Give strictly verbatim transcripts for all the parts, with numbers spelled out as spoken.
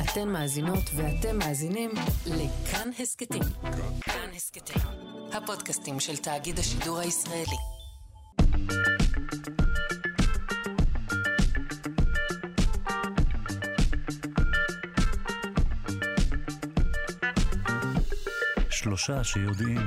אתן מאזינות ואתם מאזינים לכאן הסקטים. כאן הסקטים, הפודקאסטים של תאגיד השידור הישראלי. שלושה שיודעים.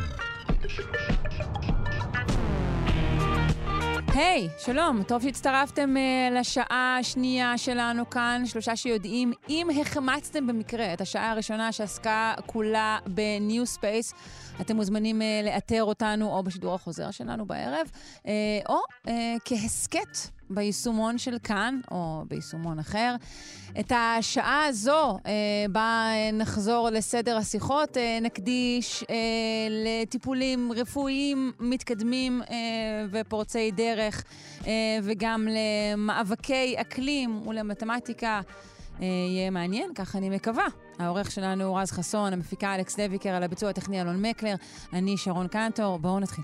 היי, hey, שלום, טוב שהצטרפתם uh, לשעה השנייה שלנו כאן, שלושה שיודעים. אם החמצתם במקרה את השעה הראשונה שעסקה כולה בניו ספייס, אתם מוזמנים uh, לאתר אותנו או בשידור החוזר שלנו בערב, uh, או uh, כהסקט ביישומון של כאן, או ביישומון אחר. את השעה הזו, אה, בה נחזור לסדר השיחות, אה, נקדיש אה, לטיפולים רפואיים מתקדמים אה, ופורצי דרך, אה, וגם למאבקי אקלים ולמתמטיקה. אה, יהיה מעניין, כך אני מקווה. העורך שלנו הוא רז חסון, המפיקה אלכס דביקר, על הביצוע הטכני אלון מקלר, אני שרון קנטור. בואו נתחיל.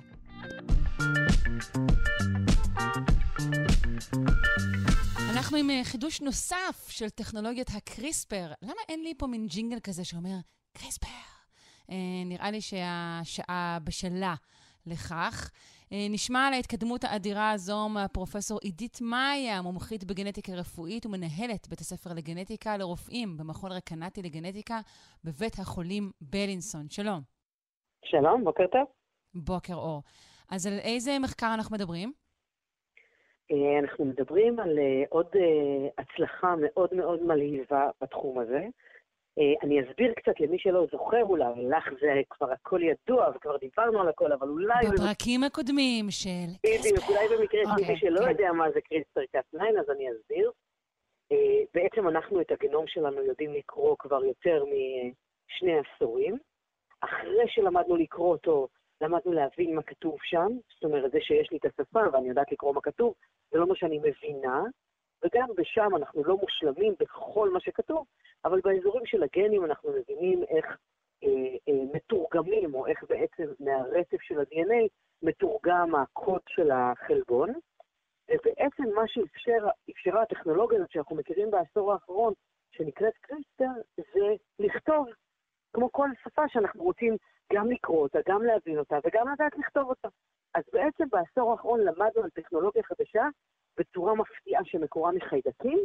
אנחנו עם חידוש נוסף של טכנולוגיית הקריספר. למה אין לי פה מין ג'ינגל כזה שאומר קריספר? אה, נראה לי שהשעה בשלה לכך. אה, נשמע על ההתקדמות האדירה הזו מהפרופסור עידית מאיה, מומחית בגנטיקה רפואית ומנהלת בית הספר לגנטיקה לרופאים במכון רקנטי לגנטיקה בבית החולים בלינסון. שלום. שלום, בוקר טוב. בוקר אור. אז על איזה מחקר אנחנו מדברים? אנחנו מדברים על עוד הצלחה מאוד מאוד מלהיבה בתחום הזה. אני אסביר קצת למי שלא זוכר אולי, לך זה כבר הכל ידוע וכבר דיברנו על הכל, אבל אולי... בפרקים הקודמים של... בדיוק, אולי במקרה שמי שלא יודע מה זה קריספר קאס נייין, אז אני אסביר. בעצם אנחנו את הגנום שלנו יודעים לקרוא כבר יותר משני עשורים. אחרי שלמדנו לקרוא אותו, למדנו להבין מה כתוב שם, זאת אומרת, זה שיש לי את השפה ואני יודעת לקרוא מה כתוב, זה לא מה שאני מבינה, וגם בשם אנחנו לא מושלמים בכל מה שכתוב, אבל באזורים של הגנים אנחנו מבינים איך אה, אה, מתורגמים, או איך בעצם מהרצף של ה-די אן איי מתורגם הקוד של החלבון, ובעצם מה שאפשרה הטכנולוגיה הזאת שאנחנו מכירים בעשור האחרון, שנקראת קריספר, זה לכתוב, כמו כל שפה שאנחנו רוצים גם לקרוא אותה, גם להבין אותה, וגם לדעת לכתוב אותה. אז בעצם בעשור האחרון למדנו על טכנולוגיה חדשה, בצורה מפתיעה שמקורה מחיידקים,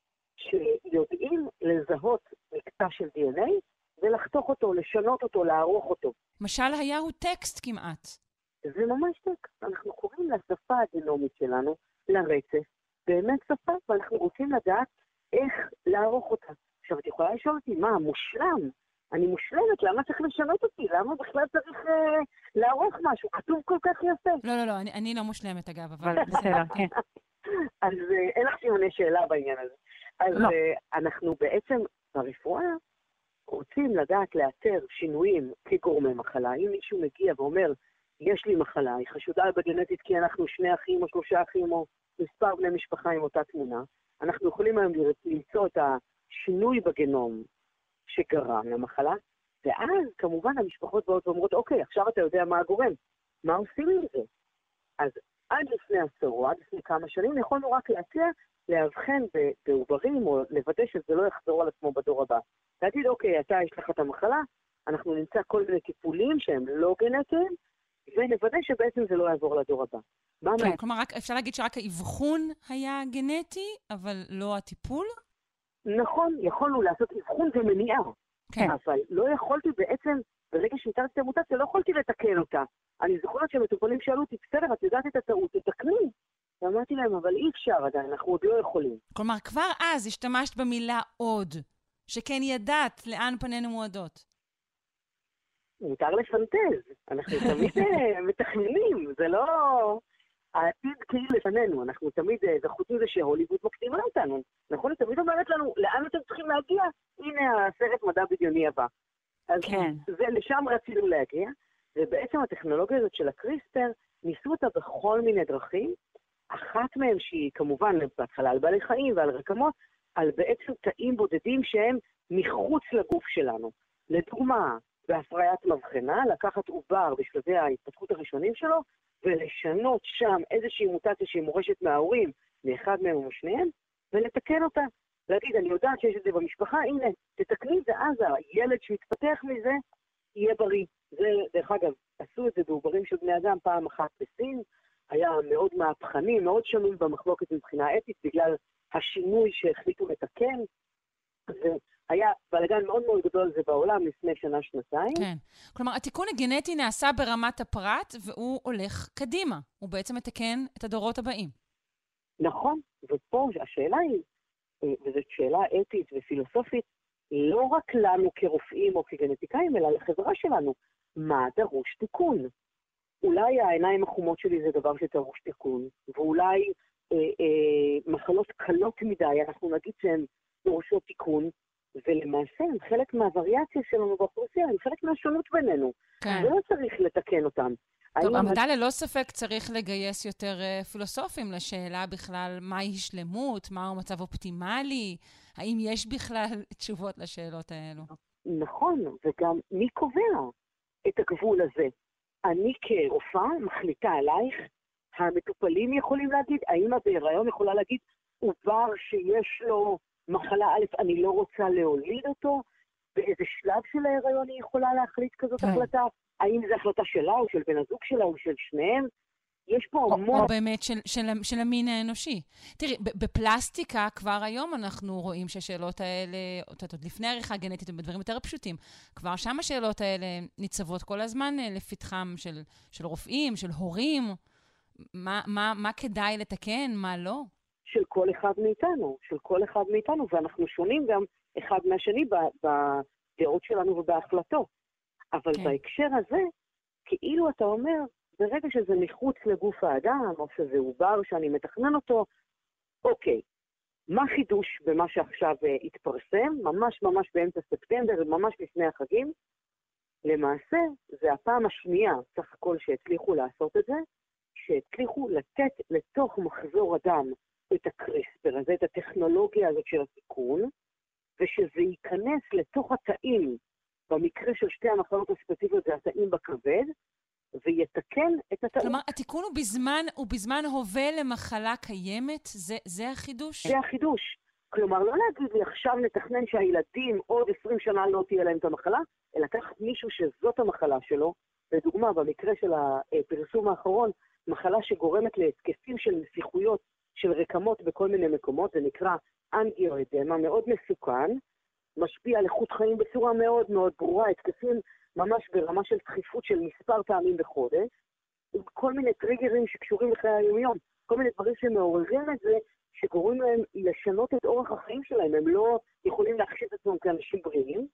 שיודעים לזהות מקטע של די אן איי, ולחתוך אותו, לשנות אותו, לערוך אותו. משל היה הוא טקסט כמעט. זה ממש טקסט. אנחנו קוראים לשפה הגנומית שלנו, לרצף, באמת שפה, ואנחנו רוצים לדעת איך לערוך אותה. עכשיו, את יכולה לשאול אותי, מה, מושלם? אני מושלמת, למה צריך לשנות אותי? למה בכלל צריך אה, לערוך משהו? כתוב כל כך יפה. לא, לא, לא, אני, אני לא מושלמת אגב, אבל בסדר, כן. אז אה, אין לך סימני שאלה בעניין הזה. אז לא. אה, אנחנו בעצם ברפואה רוצים לדעת לאתר שינויים כגורמי מחלה. אם מישהו מגיע ואומר, יש לי מחלה, היא חשודה בגנטית כי אנחנו שני אחים או שלושה אחים או מספר בני משפחה עם אותה תמונה, אנחנו יכולים היום למצוא את השינוי בגנום, שגרם למחלה, ואז כמובן המשפחות באות ואומרות, אוקיי, עכשיו אתה יודע מה הגורם, מה עושים עם זה? אז עד לפני עשור, או עד לפני כמה שנים, יכולנו רק להציע, להבחן בעוברים, או לוודא שזה לא יחזור על עצמו בדור הבא. להגיד, אוקיי, אתה יש לך את המחלה, אנחנו נמצא כל מיני טיפולים שהם לא גנטיים, ונוודא שבעצם זה לא יעבור לדור הבא. כן, מה... כלומר, רק, אפשר להגיד שרק האבחון היה גנטי, אבל לא הטיפול? נכון, יכולנו לעשות אבחון ומניעה, כן. אבל לא יכולתי בעצם, ברגע שהתארתי את המוטציה, לא יכולתי לתקן אותה. אני זוכרת שמטופלים שאלו אותי, בסדר, את יודעת את הטעות, תתקני. ואמרתי להם, אבל אי אפשר עדיין, אנחנו עוד לא יכולים. כלומר, כבר אז השתמשת במילה עוד, שכן ידעת לאן פנינו מועדות. מותר לפנטז, אנחנו תמיד מתכננים, זה לא... העתיד כאילו לפנינו, אנחנו תמיד, זה חוץ מזה שהוליווד מקדימה אותנו. נכון, היא תמיד אומרת לנו, לאן אתם צריכים להגיע? הנה הסרט מדע בדיוני הבא. אז כן. זה, לשם רצינו להגיע, ובעצם הטכנולוגיה הזאת של הקריספר, ניסו אותה בכל מיני דרכים, אחת מהן שהיא כמובן בהתחלה על בעלי חיים ועל רקמות, על בעצם תאים בודדים שהם מחוץ לגוף שלנו. לדוגמה, בהפריית מבחנה, לקחת עובר בשלבי ההתפתחות הראשונים שלו, ולשנות שם איזושהי מוטציה שהיא מורשת מההורים, מאחד מהם או משניהם, ולתקן אותה. להגיד, אני יודעת שיש את זה במשפחה, הנה, תתקני את זה, אז הילד שיתפתח מזה, יהיה בריא. זה, דרך אגב, עשו את זה בעוברים של בני אדם פעם אחת בסין, היה מאוד מהפכני, מאוד שנוי במחלוקת מבחינה אתית, בגלל השינוי שהחליטו לתקן, והיה בלגן מאוד מאוד גדול זה בעולם לפני שנה, שנתיים. כן. כלומר, התיקון הגנטי נעשה ברמת הפרט, והוא הולך קדימה. הוא בעצם מתקן את הדורות הבאים. נכון, ופה השאלה היא, וזו שאלה אתית ופילוסופית, לא רק לנו כרופאים או כגנטיקאים, אלא לחברה שלנו. מה דרוש תיקון? אולי העיניים החומות שלי זה דבר שדרוש תיקון, ואולי אה, אה, מחלות קלות מדי, אנחנו נגיד שהן דורשות תיקון, ולמעשה הם חלק מהווריאציה שלנו באוכלוסייה, הם חלק מהשונות בינינו. כן. ולא צריך לתקן אותם. טוב, עמדה ללא ספק צריך לגייס יותר uh, פילוסופים לשאלה בכלל מהי שלמות, מהו מצב אופטימלי, האם יש בכלל תשובות לשאלות האלו. נכון, וגם מי קובע את הגבול הזה? אני כרופאה מחליטה עלייך, המטופלים יכולים להגיד, האמא בהיריון יכולה להגיד, עובר שיש לו מחלה א', אני לא רוצה להוליד אותו, באיזה שלב של ההיריון היא יכולה להחליט כזאת כן. החלטה? האם זו החלטה שלה או של בן הזוג שלה או של שניהם? יש פה המון... או באמת של, של, של המין האנושי. תראי, בפלסטיקה כבר היום אנחנו רואים שהשאלות האלה, עוד לפני העריכה גנטית ובדברים יותר פשוטים, כבר שם השאלות האלה ניצבות כל הזמן לפתחם של, של רופאים, של הורים. מה, מה, מה כדאי לתקן, מה לא? של כל אחד מאיתנו, של כל אחד מאיתנו, ואנחנו שונים גם אחד מהשני בדעות שלנו ובהחלטות. אבל כן. בהקשר הזה, כאילו אתה אומר, ברגע שזה מחוץ לגוף האדם, או שזה עובר שאני מתכנן אותו, אוקיי, מה חידוש במה שעכשיו uh, התפרסם, ממש ממש באמצע ספטמבר, ממש לפני החגים? למעשה, זה הפעם השנייה, סך הכל שהצליחו לעשות את זה, שהצליחו לתת לתוך מחזור אדם את הקריספר הזה, את הטכנולוגיה הזאת של התיקון, ושזה ייכנס לתוך התאים, במקרה של שתי המחלות הספציפיות זה התאים בכבד, ויתקן את התאים. כלומר, התיקון הוא בזמן, הוא בזמן הווה למחלה קיימת? זה, זה החידוש? זה החידוש. כלומר, לא להגיד לי עכשיו נתכנן שהילדים עוד עשרים שנה לא תהיה להם את המחלה, אלא לקחת מישהו שזאת המחלה שלו, לדוגמה, במקרה של הפרסום האחרון, מחלה שגורמת להתקפים של נסיכויות של רקמות בכל מיני מקומות, זה נקרא אנגיואדמה, מאוד מסוכן, משפיע על איכות חיים בצורה מאוד מאוד ברורה, התקפים ממש ברמה של דחיפות של מספר פעמים בחודש, עם כל מיני טריגרים שקשורים לחיי היומיום, כל מיני דברים שמעוררים את זה, שגורמים להם לשנות את אורח החיים שלהם, הם לא יכולים להחשיב את עצמם כאנשים בריאים,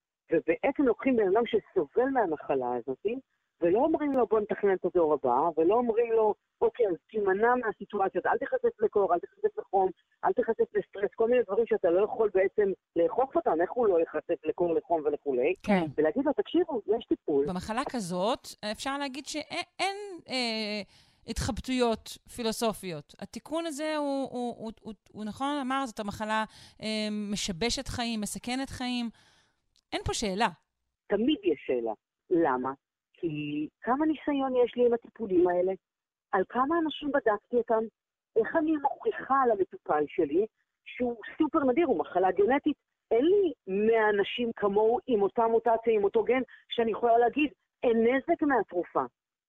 ובעצם לוקחים בן אדם שסובל מהמחלה הזאת, ולא אומרים לו בוא נתכנן את הדור הבא, ולא אומרים לו, אוקיי, אז תימנע מהסיטואציות, אל תחשף לקור, אל תחשף לחום, אל תחשף לסטרס, כל מיני דברים שאתה לא יכול בעצם לאכוף אותם, איך הוא לא יחשף לקור, לחום ולכולי, כן. ולהגיד לו, תקשיבו, יש טיפול. במחלה כזאת אפשר להגיד שאין אה, התחבטויות פילוסופיות. התיקון הזה הוא, הוא, הוא, הוא, הוא נכון, אמר, זאת המחלה אה, משבשת חיים, מסכנת חיים. אין פה שאלה. תמיד יש שאלה. למה? כי כמה ניסיון יש לי עם הטיפולים האלה? על כמה אנשים בדקתי אותם? איך אני מוכיחה על המטופל שלי שהוא סופר נדיר, הוא מחלה גנטית? אין לי מאה אנשים כמוהו עם אותה מוטציה, עם אותו גן, שאני יכולה להגיד, אין נזק מהתרופה.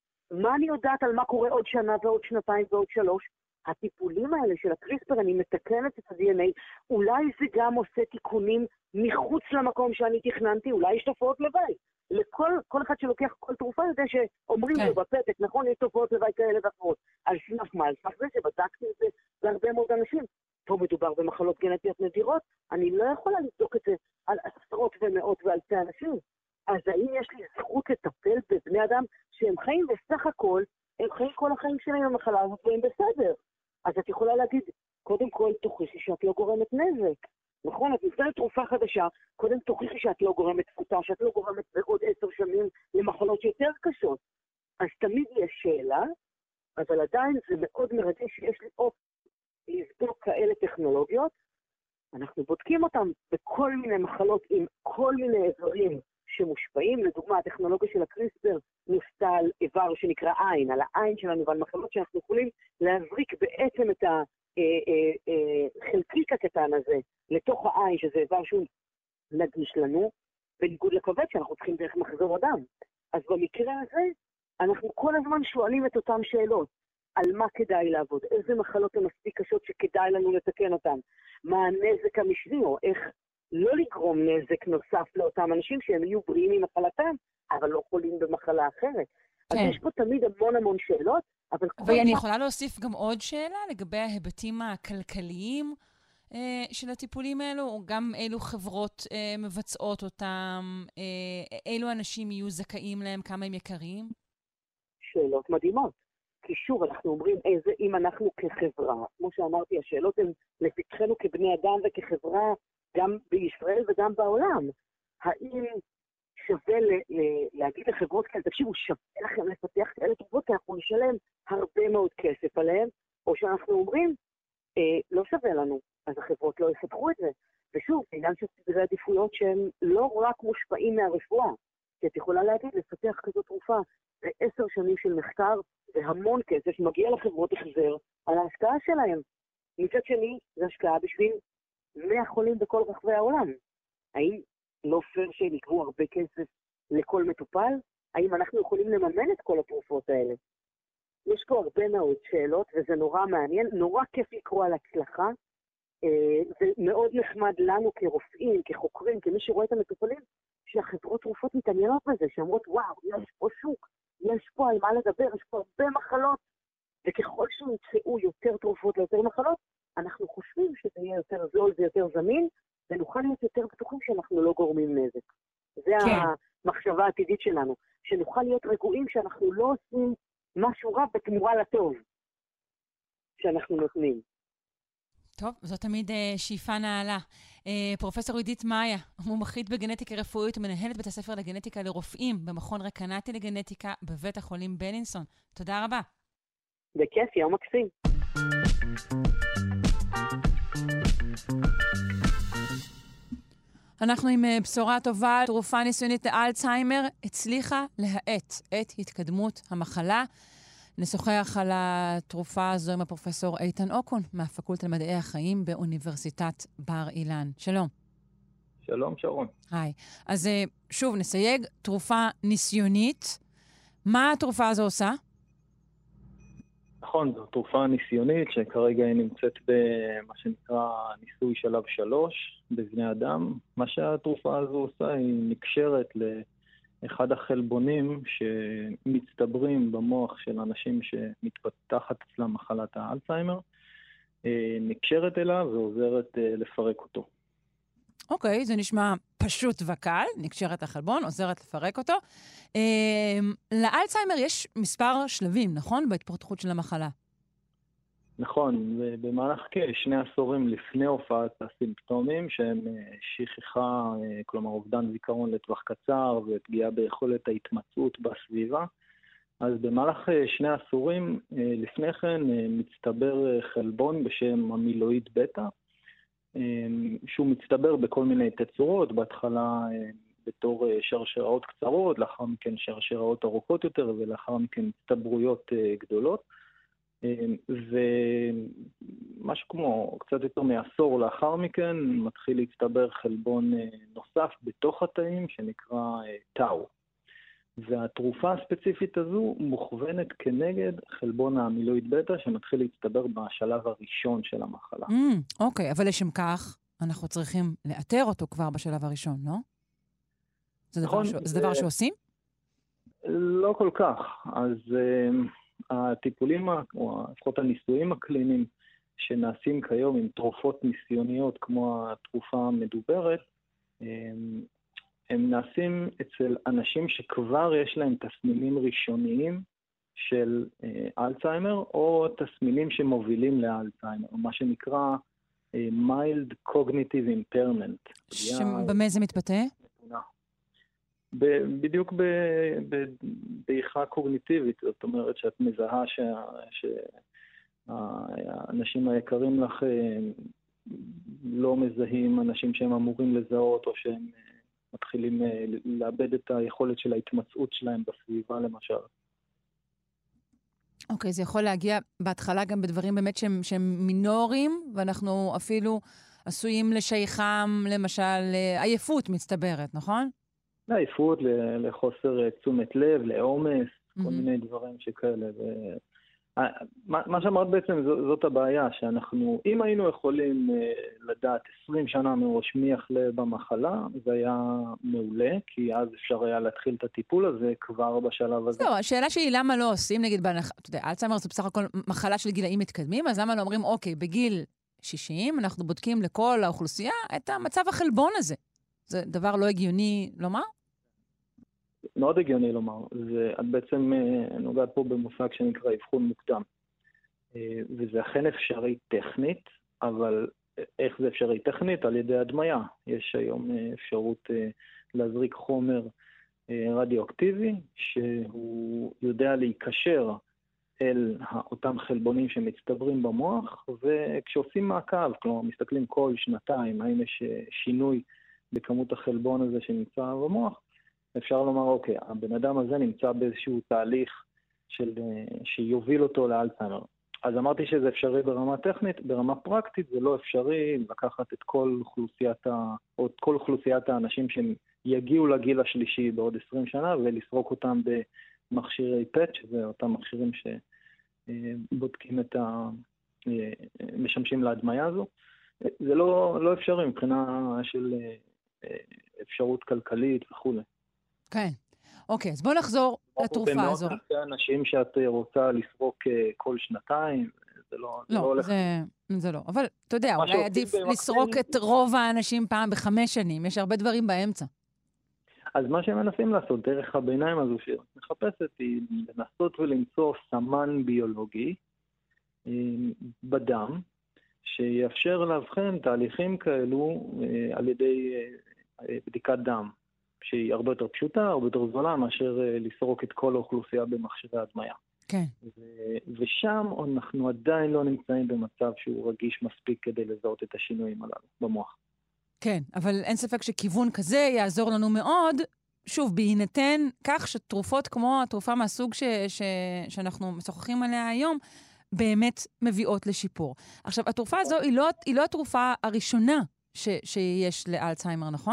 מה אני יודעת על מה קורה עוד שנה ועוד שנתיים ועוד שלוש? הטיפולים האלה של הקריספר, אני מתקנת את ה-די אן איי, אולי זה גם עושה תיקונים מחוץ למקום שאני תכננתי, אולי יש תופעות לוואי. לכל כל אחד שלוקח כל תרופה יודע שאומרים כן. לו בפתק, נכון, יש תופעות לוואי כאלה ואחרות. על סמך מה? על סמך זה שבדקתי את זה בהרבה מאוד אנשים. פה מדובר במחלות גנטיות נדירות, אני לא יכולה לבדוק את זה על עשרות ומאות ואלפי אנשים. אז האם יש לי זכות לטפל בבני אדם שהם חיים בסך הכל, הם חיים כל החיים שלהם במחלה הזאת והם בסדר. אז את יכולה להגיד, קודם כל תוכיחי שאת לא גורמת נזק. נכון, את נפתנת תרופה חדשה, קודם תוכיחי שאת לא גורמת תפותה, שאת לא גורמת בעוד עשר שנים למחלות יותר קשות. אז תמיד יש שאלה, אבל עדיין זה מאוד מרגש שיש לי אופציה לבדוק כאלה טכנולוגיות. אנחנו בודקים אותם בכל מיני מחלות עם כל מיני איברים שמושפעים. לדוגמה, הטכנולוגיה של הקריספר נוסתה על איבר שנקרא עין, על העין שלנו ועל מחלות שאנחנו יכולים להזריק בעצם את ה... החלקיק הקטן הזה לתוך העין, שזה איבר שהוא נגיש לנו, בניגוד לכבד שאנחנו צריכים דרך מחזור הדם. אז במקרה הזה, אנחנו כל הזמן שואלים את אותם שאלות. על מה כדאי לעבוד, איזה מחלות הן מספיק קשות שכדאי לנו לתקן אותן, מה הנזק המשני, או איך לא לגרום נזק נוסף לאותם אנשים שהם יהיו בריאים ממחלתם, אבל לא חולים במחלה אחרת. כן. אז יש פה תמיד המון המון שאלות, אבל... ואני יכולה להוסיף גם עוד שאלה לגבי ההיבטים הכלכליים אה, של הטיפולים האלו, או גם אילו חברות אה, מבצעות אותם, אה, אילו אנשים יהיו זכאים להם, כמה הם יקרים? שאלות מדהימות. כי שוב, אנחנו אומרים איזה, אם אנחנו כחברה, כמו שאמרתי, השאלות הן לפתחנו כבני אדם וכחברה, גם בישראל וגם בעולם. האם שווה ל- ל- להגיד לחברות כאלה, תקשיבו, שווה לכם לפתח כאלה תרופות, כי אנחנו נשלם הרבה מאוד כסף עליהם, או שאנחנו אומרים, אה, לא שווה לנו, אז החברות לא יפתחו את זה. ושוב, עניין של סדרי עדיפויות שהם לא רק מושפעים מהרפואה, כי את יכולה להגיד, לפתח כזאת תרופה, זה עשר שנים של מחקר, והמון כסף שמגיע לחברות החזר על ההשקעה שלהם. מצד שני, זו השקעה בשביל מאה חולים בכל רחבי העולם. האם לא פייר שהם יקבו הרבה כסף לכל מטופל? האם אנחנו יכולים לממן את כל התרופות האלה? יש פה הרבה מאוד שאלות, וזה נורא מעניין, נורא כיף לקרוא על הצלחה, זה מאוד נחמד לנו כרופאים, כחוקרים, כמי שרואה את המטופלים, שהחברות תרופות מתעניינות בזה, שאומרות, וואו, יש פה שוק, יש פה על מה לדבר, יש פה הרבה מחלות, וככל שימצאו יותר תרופות ליותר מחלות, אנחנו חושבים שזה יהיה יותר זול ויותר זמין, ונוכל להיות יותר בטוחים שאנחנו לא גורמים נזק. זה כן. המחשבה העתידית שלנו, שנוכל להיות רגועים שאנחנו לא עושים משהו רע בתמורה לטוב שאנחנו נותנים. טוב, זו תמיד uh, שאיפה נעלה. Uh, פרופסור עידית מאיה, מומחית בגנטיקה רפואית ומנהלת בית הספר לגנטיקה לרופאים במכון רקנטי לגנטיקה בבית החולים בלינסון. תודה רבה. בכיף, יום מקסים. אנחנו עם uh, בשורה טובה, תרופה ניסיונית לאלצהיימר הצליחה להאט את התקדמות המחלה. נשוחח על התרופה הזו עם הפרופסור איתן אוקון מהפקולטה למדעי החיים באוניברסיטת בר אילן. שלום. שלום, שרון. היי. אז שוב, נסייג, תרופה ניסיונית. מה התרופה הזו עושה? נכון, זו תרופה ניסיונית שכרגע היא נמצאת במה שנקרא ניסוי שלב שלוש בבני אדם. מה שהתרופה הזו עושה היא נקשרת ל... אחד החלבונים שמצטברים במוח של אנשים שמתפתחת אצלם מחלת האלצהיימר, נקשרת אליו ועוזרת לפרק אותו. אוקיי, זה נשמע פשוט וקל, נקשרת החלבון, עוזרת לפרק אותו. לאלצהיימר יש מספר שלבים, נכון? בהתפתחות של המחלה. נכון, ובמהלך כשני עשורים לפני הופעת הסימפטומים, שהם שכחה, כלומר אובדן זיכרון לטווח קצר ופגיעה ביכולת ההתמצאות בסביבה, אז במהלך שני עשורים לפני כן מצטבר חלבון בשם אמילואיד בטא, שהוא מצטבר בכל מיני תצורות, בהתחלה בתור שרשראות קצרות, לאחר מכן שרשראות ארוכות יותר ולאחר מכן הצטברויות גדולות. ומשהו כמו קצת יותר מעשור לאחר מכן מתחיל להצטבר חלבון נוסף בתוך התאים שנקרא טאו. והתרופה הספציפית הזו מוכוונת כנגד חלבון האמילואיד בטא שמתחיל להצטבר בשלב הראשון של המחלה. אוקיי, אבל לשם כך אנחנו צריכים לאתר אותו כבר בשלב הראשון, לא? זה דבר שעושים? לא כל כך. אז הטיפולים, או לפחות הניסויים הקליניים שנעשים כיום עם תרופות ניסיוניות כמו התרופה המדוברת, הם נעשים אצל אנשים שכבר יש להם תסמינים ראשוניים של אלצהיימר, או תסמינים שמובילים לאלצהיימר, מה שנקרא mild cognitive impairment. במה זה מתבטא? בדיוק בעיכה קוגניטיבית, זאת אומרת שאת מזהה שהאנשים היקרים לך לא מזהים אנשים שהם אמורים לזהות, או שהם מתחילים לאבד את היכולת של ההתמצאות שלהם בסביבה למשל. אוקיי, זה יכול להגיע בהתחלה גם בדברים באמת שהם, שהם מינוריים, ואנחנו אפילו עשויים לשייכם, למשל, עייפות מצטברת, נכון? לעייפות, לחוסר תשומת לב, לעומס, mm-hmm. כל מיני דברים שכאלה. ו... מה, מה שאמרת בעצם זאת הבעיה, שאנחנו, אם היינו יכולים לדעת עשרים שנה מראש מי יחלה במחלה, זה היה מעולה, כי אז אפשר היה להתחיל את הטיפול הזה כבר בשלב הזה. זהו, השאלה שלי למה לא עושים, נגיד, אתה יודע, אלצהיימר זה בסך הכל מחלה של גילאים מתקדמים, אז למה לא אומרים, אוקיי, בגיל שישים אנחנו בודקים לכל האוכלוסייה את המצב החלבון הזה. זה דבר לא הגיוני לומר? מאוד הגיוני לומר. זה, את בעצם נוגעת פה במושג שנקרא אבחון מוקדם. וזה אכן אפשרי טכנית, אבל איך זה אפשרי טכנית? על ידי הדמיה. יש היום אפשרות להזריק חומר רדיואקטיבי, שהוא יודע להיקשר אל אותם חלבונים שמצטברים במוח, וכשעושים מעקב, כלומר מסתכלים כל שנתיים, האם יש שינוי בכמות החלבון הזה שנמצא במוח, אפשר לומר, אוקיי, הבן אדם הזה נמצא באיזשהו תהליך של, שיוביל אותו לאלצהיימר. אז אמרתי שזה אפשרי ברמה טכנית, ברמה פרקטית זה לא אפשרי לקחת את כל אוכלוסיית, ה, או את כל אוכלוסיית האנשים שיגיעו לגיל השלישי בעוד עשרים שנה, ולסרוק אותם במכשירי פט, שזה אותם מכשירים שבודקים את ה... משמשים להדמיה הזו. זה לא, לא אפשרי מבחינה של אפשרות כלכלית וכו'. כן. אוקיי, אז בואו נחזור לתרופה הזו. במאות אלפי אנשים שאת רוצה לסרוק כל שנתיים, זה לא, לא, לא הולך. זה, זה לא. אבל אתה יודע, אולי עדיף לסרוק את רוב האנשים פעם בחמש שנים. יש הרבה דברים באמצע. אז מה שהם מנסים לעשות, דרך הביניים הזו שמחפשת, היא לנסות ולמצוא סמן ביולוגי בדם, שיאפשר להבחן תהליכים כאלו על ידי בדיקת דם, שהיא הרבה יותר פשוטה, הרבה יותר זולה, מאשר לסרוק את כל האוכלוסייה במכשירי הדמיה. כן. ו- ושם אנחנו עדיין לא נמצאים במצב שהוא רגיש מספיק כדי לזהות את השינויים הללו במוח. כן, אבל אין ספק שכיוון כזה יעזור לנו מאוד, שוב, בהינתן כך שתרופות כמו התרופה מהסוג ש- ש- שאנחנו משוחחים עליה היום, באמת מביאות לשיפור. עכשיו, התרופה הזו היא לא, היא לא התרופה הראשונה ש- שיש לאלצהיימר, נכון?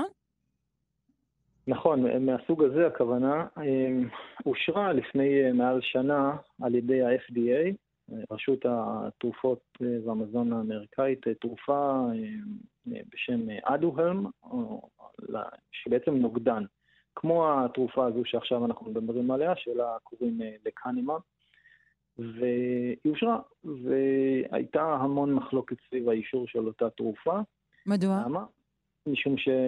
נכון, מהסוג הזה הכוונה אושרה לפני מעל שנה על ידי ה-אף די איי, רשות התרופות והמזון האמריקאית, תרופה בשם אדוהלם, שבעצם נוגדן, כמו התרופה הזו שעכשיו אנחנו מדברים עליה, שלה קוראים לקנימאב, והיא אושרה, והייתה המון מחלוקת סביב האישור של אותה תרופה. מדוע? למה? משום ש...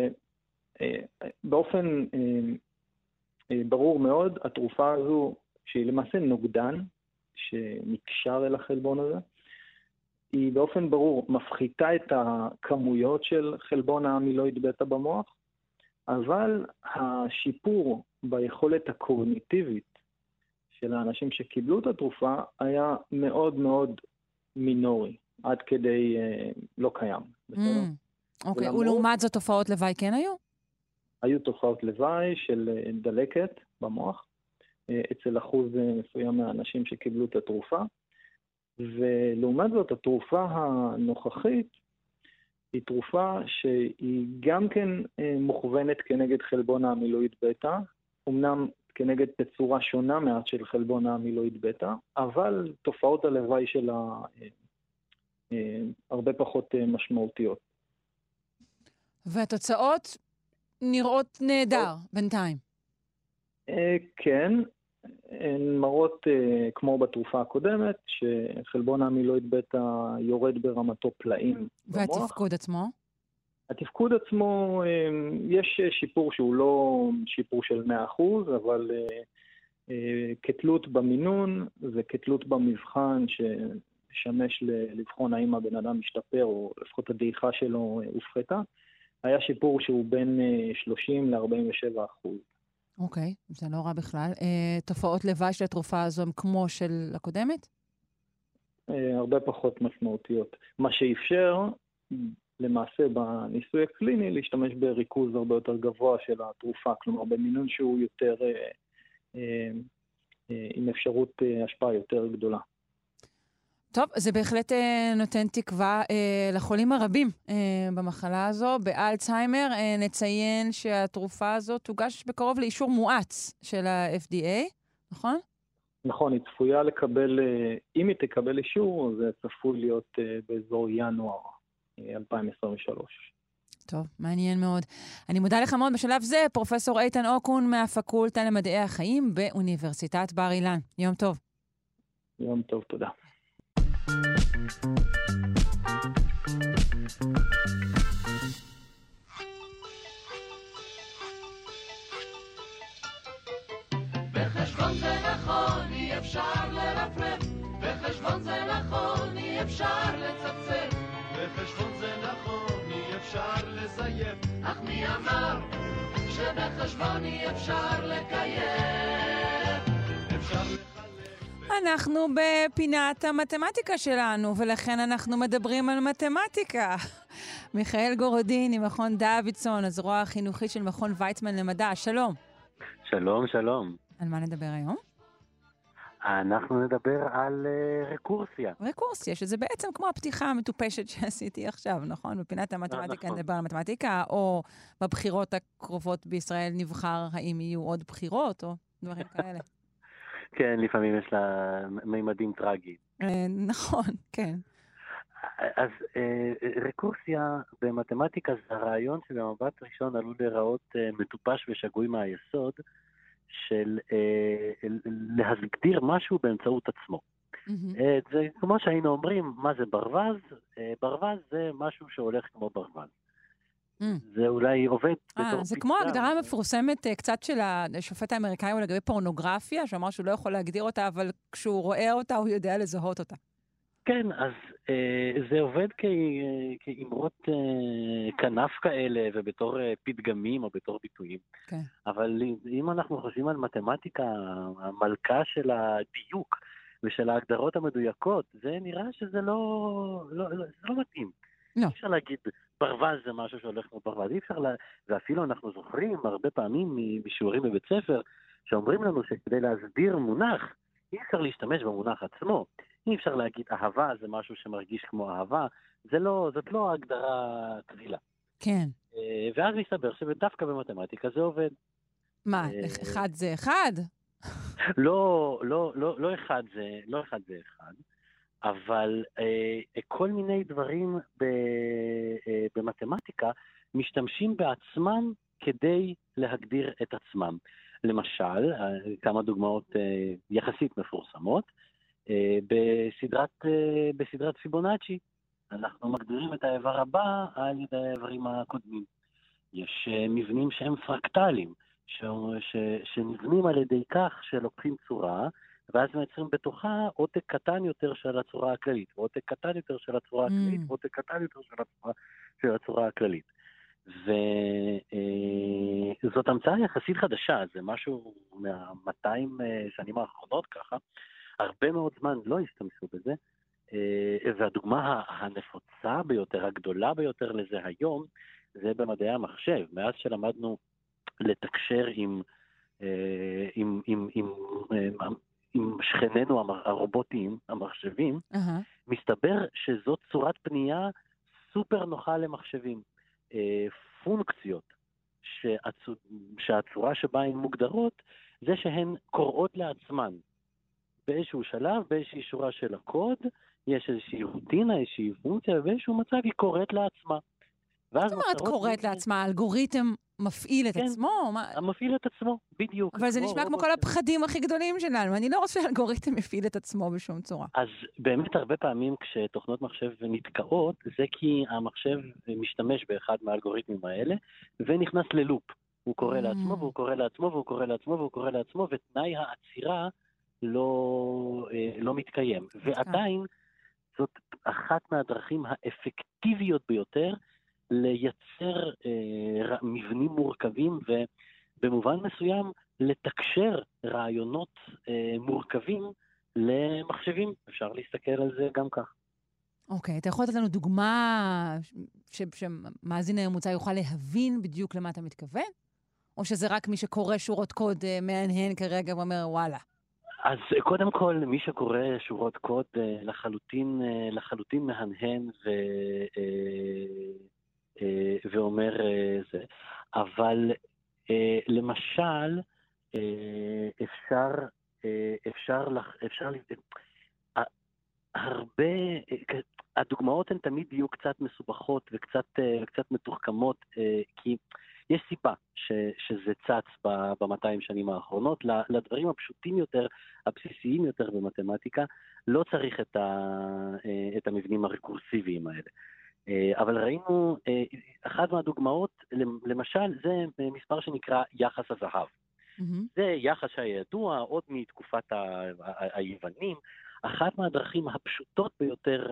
באופן ברור מאוד, התרופה הזו, שהיא למעשה נוגדן, שנקשר אל החלבון הזה, היא באופן ברור מפחיתה את הכמויות של חלבון האמילואיד בטא במוח, אבל השיפור ביכולת הקוגניטיבית של האנשים שקיבלו את התרופה היה מאוד מאוד מינורי, עד כדי לא קיים. אוקיי, ולעומת זאת תופעות לוואי כן היו? היו תופעות לוואי של דלקת במוח, אצל אחוז מסוים מהאנשים שקיבלו את התרופה, ולעומת זאת התרופה הנוכחית היא תרופה שהיא גם כן מוכוונת כנגד חלבון האמילואיד בטא, אמנם כנגד תצורה שונה מעט של חלבון האמילואיד בטא, אבל תופעות הלוואי שלה הרבה פחות משמעותיות. והתוצאות נראות נהדר בינתיים. כן, הן מראות כמו בתרופה הקודמת, שחלבון האמילואיד בטא יורד ברמתו פלאים במוח. והתפקוד עצמו? התפקוד עצמו, יש שיפור שהוא לא שיפור של מאה אחוז, אבל כתלות במינון וכתלות במבחן ששמש לבחון האם הבן אדם משתפר, או לפחות הדעיכה שלו הופחתה, היה שיפור שהוא בין שלושים ל-ארבעים ושבע אחוז. אוקיי, זה לא רע בכלל. אה, תופעות לוואי של התרופה הזו הם כמו של הקודמת? אה, הרבה פחות משמעותיות. מה שאפשר, למעשה בניסוי הקליני, להשתמש בריכוז הרבה יותר גבוה של התרופה, כלומר במינון שהוא יותר, אה, אה, עם אפשרות השפעה יותר גדולה. טוב, זה בהחלט אה, נותן תקווה אה, לחולים הרבים אה, במחלה הזו. באלצהיימר אה, נציין שהתרופה הזו תוגש בקרוב לאישור מואץ של ה-אף די איי, נכון? נכון, היא צפויה לקבל, אם היא תקבל אישור, זה צפוי להיות אה, באזור ינואר אה, אלפיים עשרים ושלוש. טוב, מעניין מאוד. אני מודה לך מאוד בשלב זה, פרופסור איתן אוקון מהפקולטה למדעי החיים באוניברסיטת בר אילן. יום טוב. יום טוב, תודה. בחשבון זה נכון, אי אפשר לרפרף, בחשבון זה נכון, אי אפשר לצפצף, בחשבון זה נכון, אי אפשר לזייף, אך מי אמר שבחשבון אי אפשר לקיים, אפשר לחלק. אנחנו בפינת המתמטיקה שלנו, ולכן אנחנו מדברים על מתמטיקה. מיכאל גורודין ממכון דוידסון, הזרוע החינוכית של מכון ויצמן למדע. שלום. שלום, שלום. על מה נדבר היום? אנחנו נדבר על uh, רקורסיה. רקורסיה, שזה בעצם כמו הפתיחה המטופשת שעשיתי עכשיו, נכון? בפינת המתמטיקה נדבר על מתמטיקה, או בבחירות הקרובות בישראל נבחר האם יהיו עוד בחירות, או דברים כאלה. כן, לפעמים יש לה מימדים טרגיים. נכון, כן. אז רקורסיה במתמטיקה זה הרעיון שבמבט ראשון עלול להיראות מטופש ושגוי מהיסוד, של להגדיר משהו באמצעות עצמו. זה כמו שהיינו אומרים, מה זה ברווז? ברווז זה משהו שהולך כמו ברווז. זה אולי עובד בתור... זה כמו ההגדרה המפורסמת קצת של השופט האמריקאי לגבי פורנוגרפיה, שאמר שהוא לא יכול להגדיר אותה, אבל כשהוא רואה אותה הוא יודע לזהות אותה. כן, אז זה עובד כאמרות כנף כאלה, ובתור פתגמים או בתור ביטויים. אבל אם אנחנו חושבים על מתמטיקה, המלכה של הדיוק ושל ההגדרות המדויקות, זה נראה שזה לא מתאים. אי אפשר להגיד, ברווז זה משהו שהולך כמו ברווז, אי אפשר לה... ואפילו אנחנו זוכרים הרבה פעמים משיעורים בבית ספר, שאומרים לנו שכדי להסביר מונח, אי אפשר להשתמש במונח עצמו. אי אפשר להגיד אהבה זה משהו שמרגיש כמו אהבה, זה לא, זאת לא הגדרה קבילה. כן. ואז מסתבר שדווקא במתמטיקה זה עובד. מה, אחד זה אחד? לא, לא, לא, לא אחד זה, לא אחד זה אחד. אבל אה, כל מיני דברים ב, אה, במתמטיקה משתמשים בעצמם כדי להגדיר את עצמם. למשל, אה, כמה דוגמאות אה, יחסית מפורסמות, אה, בסדרת, אה, בסדרת פיבונאצ'י, אנחנו מגדירים את האיבר הבא על ידי האיברים הקודמים. יש אה, מבנים שהם פרקטליים, ש, ש, שנבנים על ידי כך שלוקחים צורה, ואז מייצרים בתוכה עותק קטן יותר של הצורה הכללית, ועותק קטן יותר של הצורה הכללית, ועותק קטן יותר של הצורה, של הצורה הכללית. וזאת המצאה יחסית חדשה, זה משהו מה-מאתיים שנים האחרונות ככה, הרבה מאוד זמן לא השתמשו בזה, והדוגמה הנפוצה ביותר, הגדולה ביותר לזה היום, זה במדעי המחשב. מאז שלמדנו לתקשר עם, עם, עם, עם, עם עם שכנינו הרובוטים, המחשבים, uh-huh. מסתבר שזאת צורת פנייה סופר נוחה למחשבים. אה, פונקציות שהצ... שהצורה שבה הן מוגדרות, זה שהן קוראות לעצמן. באיזשהו שלב, באיזושהי שורה של הקוד, יש איזושהי רוטינה, איזושהי פונקציה, ובאיזשהו מצב היא קוראת לעצמה. זאת אומרת קוראת לעצמה, האלגוריתם מפעיל את עצמו? מפעיל את עצמו, בדיוק. אבל זה נשמע כמו כל הפחדים הכי גדולים שלנו. אני לא רוצה שהאלגוריתם יפעיל את עצמו בשום צורה. אז באמת הרבה פעמים כשתוכנות מחשב נתקעות, זה כי המחשב משתמש באחד מהאלגוריתמים האלה, ונכנס ללופ. הוא קורא לעצמו, והוא קורא לעצמו, והוא קורא לעצמו, והוא קורא לעצמו, ותנאי העצירה לא מתקיים. ועדיין, זאת אחת מהדרכים האפקטיביות ביותר, לייצר אה, מבנים מורכבים ובמובן מסוים לתקשר רעיונות אה, מורכבים למחשבים. אפשר להסתכל על זה גם כך. אוקיי, okay, אתה יכול לתת לנו דוגמה ש- שמאזין הממוצע יוכל להבין בדיוק למה אתה מתכוון? או שזה רק מי שקורא שורות קוד אה, מהנהן כרגע ואומר וואלה? אז קודם כל, מי שקורא שורות קוד לחלוטין, לחלוטין מהנהן ו, ואומר זה. אבל למשל, אפשר, אפשר, אפשר, הרבה, הדוגמאות הן תמיד יהיו קצת מסובכות וקצת, קצת מתוחכמות, כי יש סיבה ש, שזה צץ ב-מאתיים שנים האחרונות. לדברים הפשוטים יותר, הבסיסיים יותר במתמטיקה, לא צריך את, ה, את המבנים הרקורסיביים האלה. אבל ראינו, אחת מהדוגמאות, למשל, זה מספר שנקרא יחס הזהב. Mm-hmm. זה יחס שידוע עוד מתקופת ה- ה- היוונים. אחת מהדרכים הפשוטות ביותר,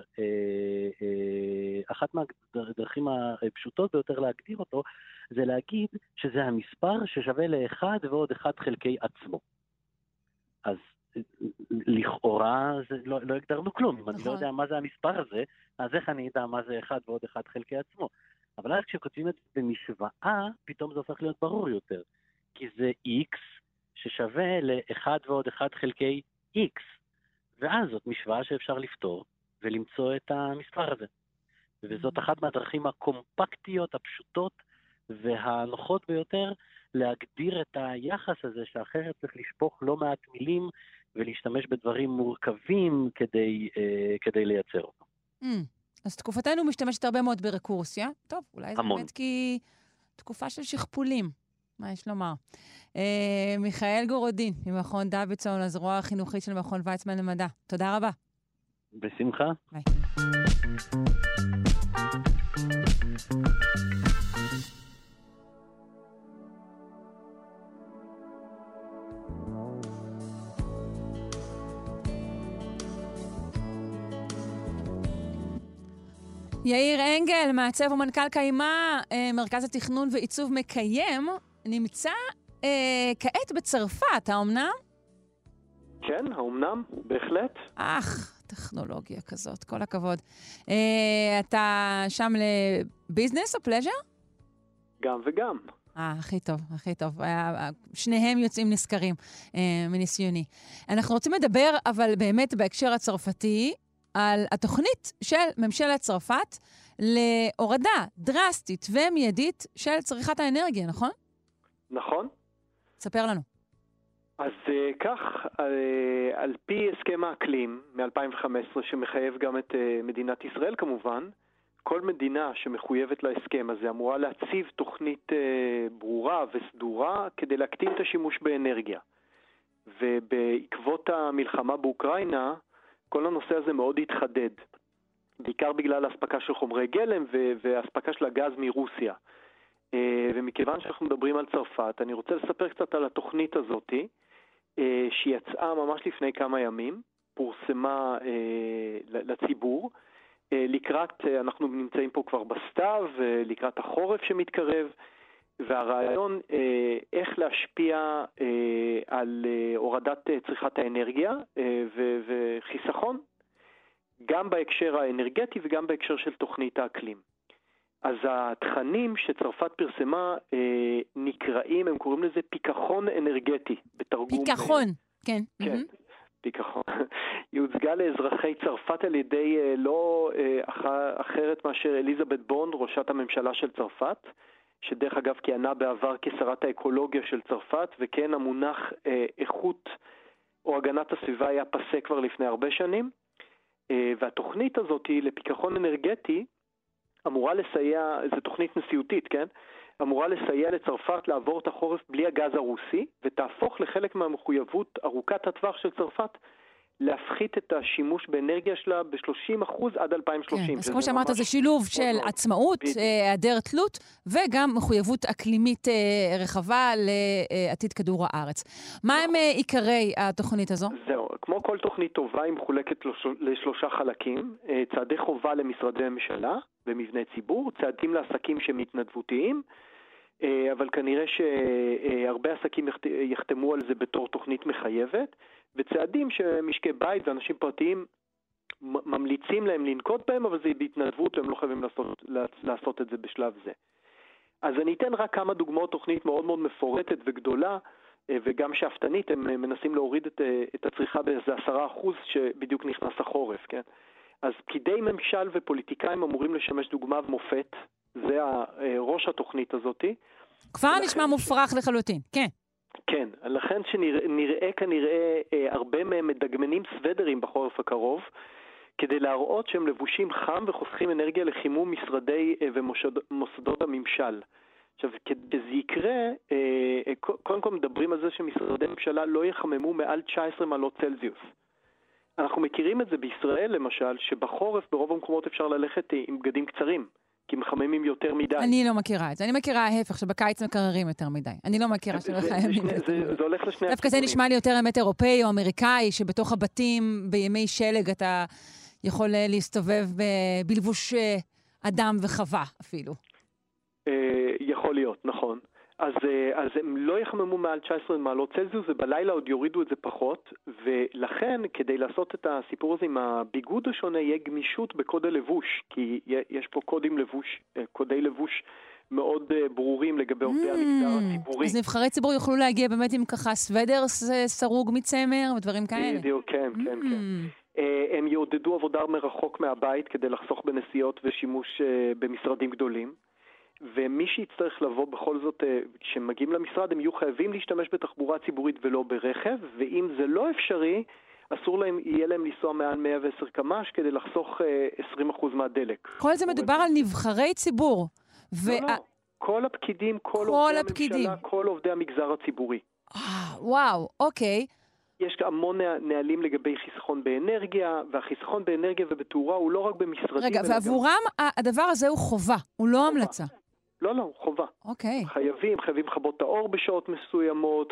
אחת מהדרכים הפשוטות ביותר להגדיר אותו, זה להגיד שזה המספר ששווה לאחד ועוד אחד חלקי עצמו. אז לכאורה זה לא, לא הגדרנו כלום. אם אני לא יודע מה זה המספר הזה, אז איך אני יודע מה זה אחד ועוד אחד חלקי עצמו? אבל אז כשכותבים את זה במשוואה, פתאום זה הופך להיות ברור יותר. כי זה x ששווה לאחד ועוד אחד חלקי x. ואז זאת משוואה שאפשר לפתור ולמצוא את המספר הזה. וזאת אחת מהדרכים הקומפקטיות, הפשוטות והנוחות ביותר להגדיר את היחס הזה, שאחרת צריך לשפוך לא מעט מילים ולהשתמש בדברים מורכבים כדי, אה, כדי לייצר אותו. Mm. אז תקופתנו משתמשת הרבה מאוד ברקורסיה. טוב, אולי זה המון. באמת כי תקופה של שכפולים. מה יש לומר? אה, מיכאל גורודין, ממכון דוידסון, הזרוע החינוכית של מכון ויצמן למדע. תודה רבה. בשמחה. ביי. יאיר אנגל, מעצב ומנכ"ל קיימה, מרכז התכנון ועיצוב מקיים, נמצא אה, כעת בצרפת, האומנם? כן, האומנם, בהחלט. אך, טכנולוגיה כזאת, כל הכבוד. אה, אתה שם לביזנס או פלז'ר? גם וגם. אה, הכי טוב, הכי טוב. שניהם יוצאים נזכרים אה, מניסיוני. אנחנו רוצים לדבר, אבל באמת בהקשר הצרפתי, על התוכנית של ממשלת צרפת להורדה דרסטית ומיידית של צריכת האנרגיה, נכון? נכון. ספר לנו. אז uh, כך, uh, על פי הסכם האקלים מ-אלפיים וחמש עשרה, שמחייב גם את uh, מדינת ישראל כמובן, כל מדינה שמחויבת להסכם הזה אמורה להציב תוכנית uh, ברורה וסדורה כדי להקטין את השימוש באנרגיה. ובעקבות המלחמה באוקראינה, כל הנושא הזה מאוד התחדד, בעיקר בגלל ההספקה של חומרי גלם וההספקה של הגז מרוסיה. ומכיוון שאנחנו מדברים על צרפת, אני רוצה לספר קצת על התוכנית הזאת, שיצאה ממש לפני כמה ימים, פורסמה לציבור, לקראת, אנחנו נמצאים פה כבר בסתיו, לקראת החורף שמתקרב, והרעיון איך להשפיע על הורדת צריכת האנרגיה וחיסכון, גם בהקשר האנרגטי וגם בהקשר של תוכנית האקלים. אז התכנים שצרפת פרסמה נקראים, הם קוראים לזה פיקחון אנרגטי, בתרגום... פיקחון, כן. כן, פיקחון. היא הוצגה לאזרחי צרפת על ידי לא אחרת מאשר אליזבת בון, ראשת הממשלה של צרפת, שדרך אגב כיהנה בעבר כשרת האקולוגיה של צרפת, וכן המונח אה, איכות או הגנת הסביבה היה פסק כבר לפני הרבה שנים, אה, והתוכנית הזאת היא לפיקחון אנרגטי, אמורה לסייע, זו תוכנית נשיאותית, כן? אמורה לסייע לצרפת לעבור את החורף בלי הגז הרוסי, ותהפוך לחלק מהמחויבות ארוכת הטווח של צרפת, להפחית את השימוש באנרגיה שלה ב-שלושים אחוז עד אלפיים ושלושים. כן, אז כמו שאמרת, זה שילוב של עצמאות, היעדר תלות, וגם מחויבות אקלימית רחבה לעתיד כדור הארץ. מה הם עיקרי התוכנית הזו? זהו, כמו כל תוכנית טובה, היא מחולקת לשלושה חלקים. צעדי חובה למשרדי ממשלה ומבני ציבור, צעדים לעסקים שמתנדבותיים, אבל כנראה שהרבה עסקים יחתמו על זה בתור תוכנית מחייבת, וצעדים שמשקי בית ואנשים פרטיים ממליצים להם לנקוט בהם, אבל זה בהתנדבות, והם לא חייבים לעשות, לעשות את זה בשלב זה. אז אני אתן רק כמה דוגמאות, תוכנית מאוד מאוד מפורטת וגדולה, וגם שאפתנית, הם מנסים להוריד את, את הצריכה באיזה עשרה אחוז שבדיוק נכנס החורף, כן? אז פקידי ממשל ופוליטיקאים אמורים לשמש דוגמה ומופת, זה ראש התוכנית הזאת. כבר נשמע מופרך לחלוטין, כן. כן, לכן שנראה כנראה הרבה מהם מדגמנים סוודרים בחורף הקרוב, כדי להראות שהם לבושים חם וחוסכים אנרגיה לחימום משרדי ומוסדות הממשל. עכשיו, כדי זה יקרה, קודם כל מדברים על זה שמשרדי ממשלה לא יחממו מעל תשע עשרה מעלות צלזיוס. אנחנו מכירים את זה בישראל, למשל, שבחורף ברוב המקומות אפשר ללכת עם בגדים קצרים, כי מחממים יותר מדי. אני לא מכירה את זה. אני מכירה ההפך, שבקיץ מקררים יותר מדי. אני לא מכירה שלא חייבים. זה הולך לשני... דווקא זה נשמע לי יותר אמת אירופאי או אמריקאי, שבתוך הבתים בימי שלג אתה יכול להסתובב בלבוש אדם וחווה אפילו. יכול להיות, נכון. אז, אז הם לא יחממו מעל תשע עשרה מעלות צלזיוס, ובלילה עוד יורידו את זה פחות, ולכן כדי לעשות את הסיפור הזה עם הביגוד השונה, יהיה גמישות בקוד הלבוש, כי יש פה קודים לבוש, קודי לבוש מאוד ברורים לגבי עובדי המגזר הציבורי. אז נבחרי ציבור יוכלו להגיע באמת עם ככה סוודר סרוג מצמר ודברים כאלה? בדיוק, כן, כן, כן. הם יעודדו עבודה מרחוק מהבית כדי לחסוך בנסיעות ושימוש במשרדים גדולים. ומי שיצטרך לבוא בכל זאת, כשמגיעים למשרד, הם יהיו חייבים להשתמש בתחבורה ציבורית ולא ברכב, ואם זה לא אפשרי, אסור להם, יהיה להם לנסוע מעל מאה ועשר קמ"ש כדי לחסוך עשרים אחוז מהדלק. כל זה מדובר על נבחרי ציבור. לא, לא, כל הפקידים, כל עובדי הממשלה, כל עובדי המגזר הציבורי. וואו, אוקיי. יש המון נהלים לגבי חיסכון באנרגיה, והחיסכון באנרגיה ובתאורה הוא לא רק במשרדים. רגע, ועבורם הדבר הזה הוא חובה, הוא לא המלצה. לא, לא, חובה. אוקיי. חייבים, חייבים לכבות את האור בשעות מסוימות,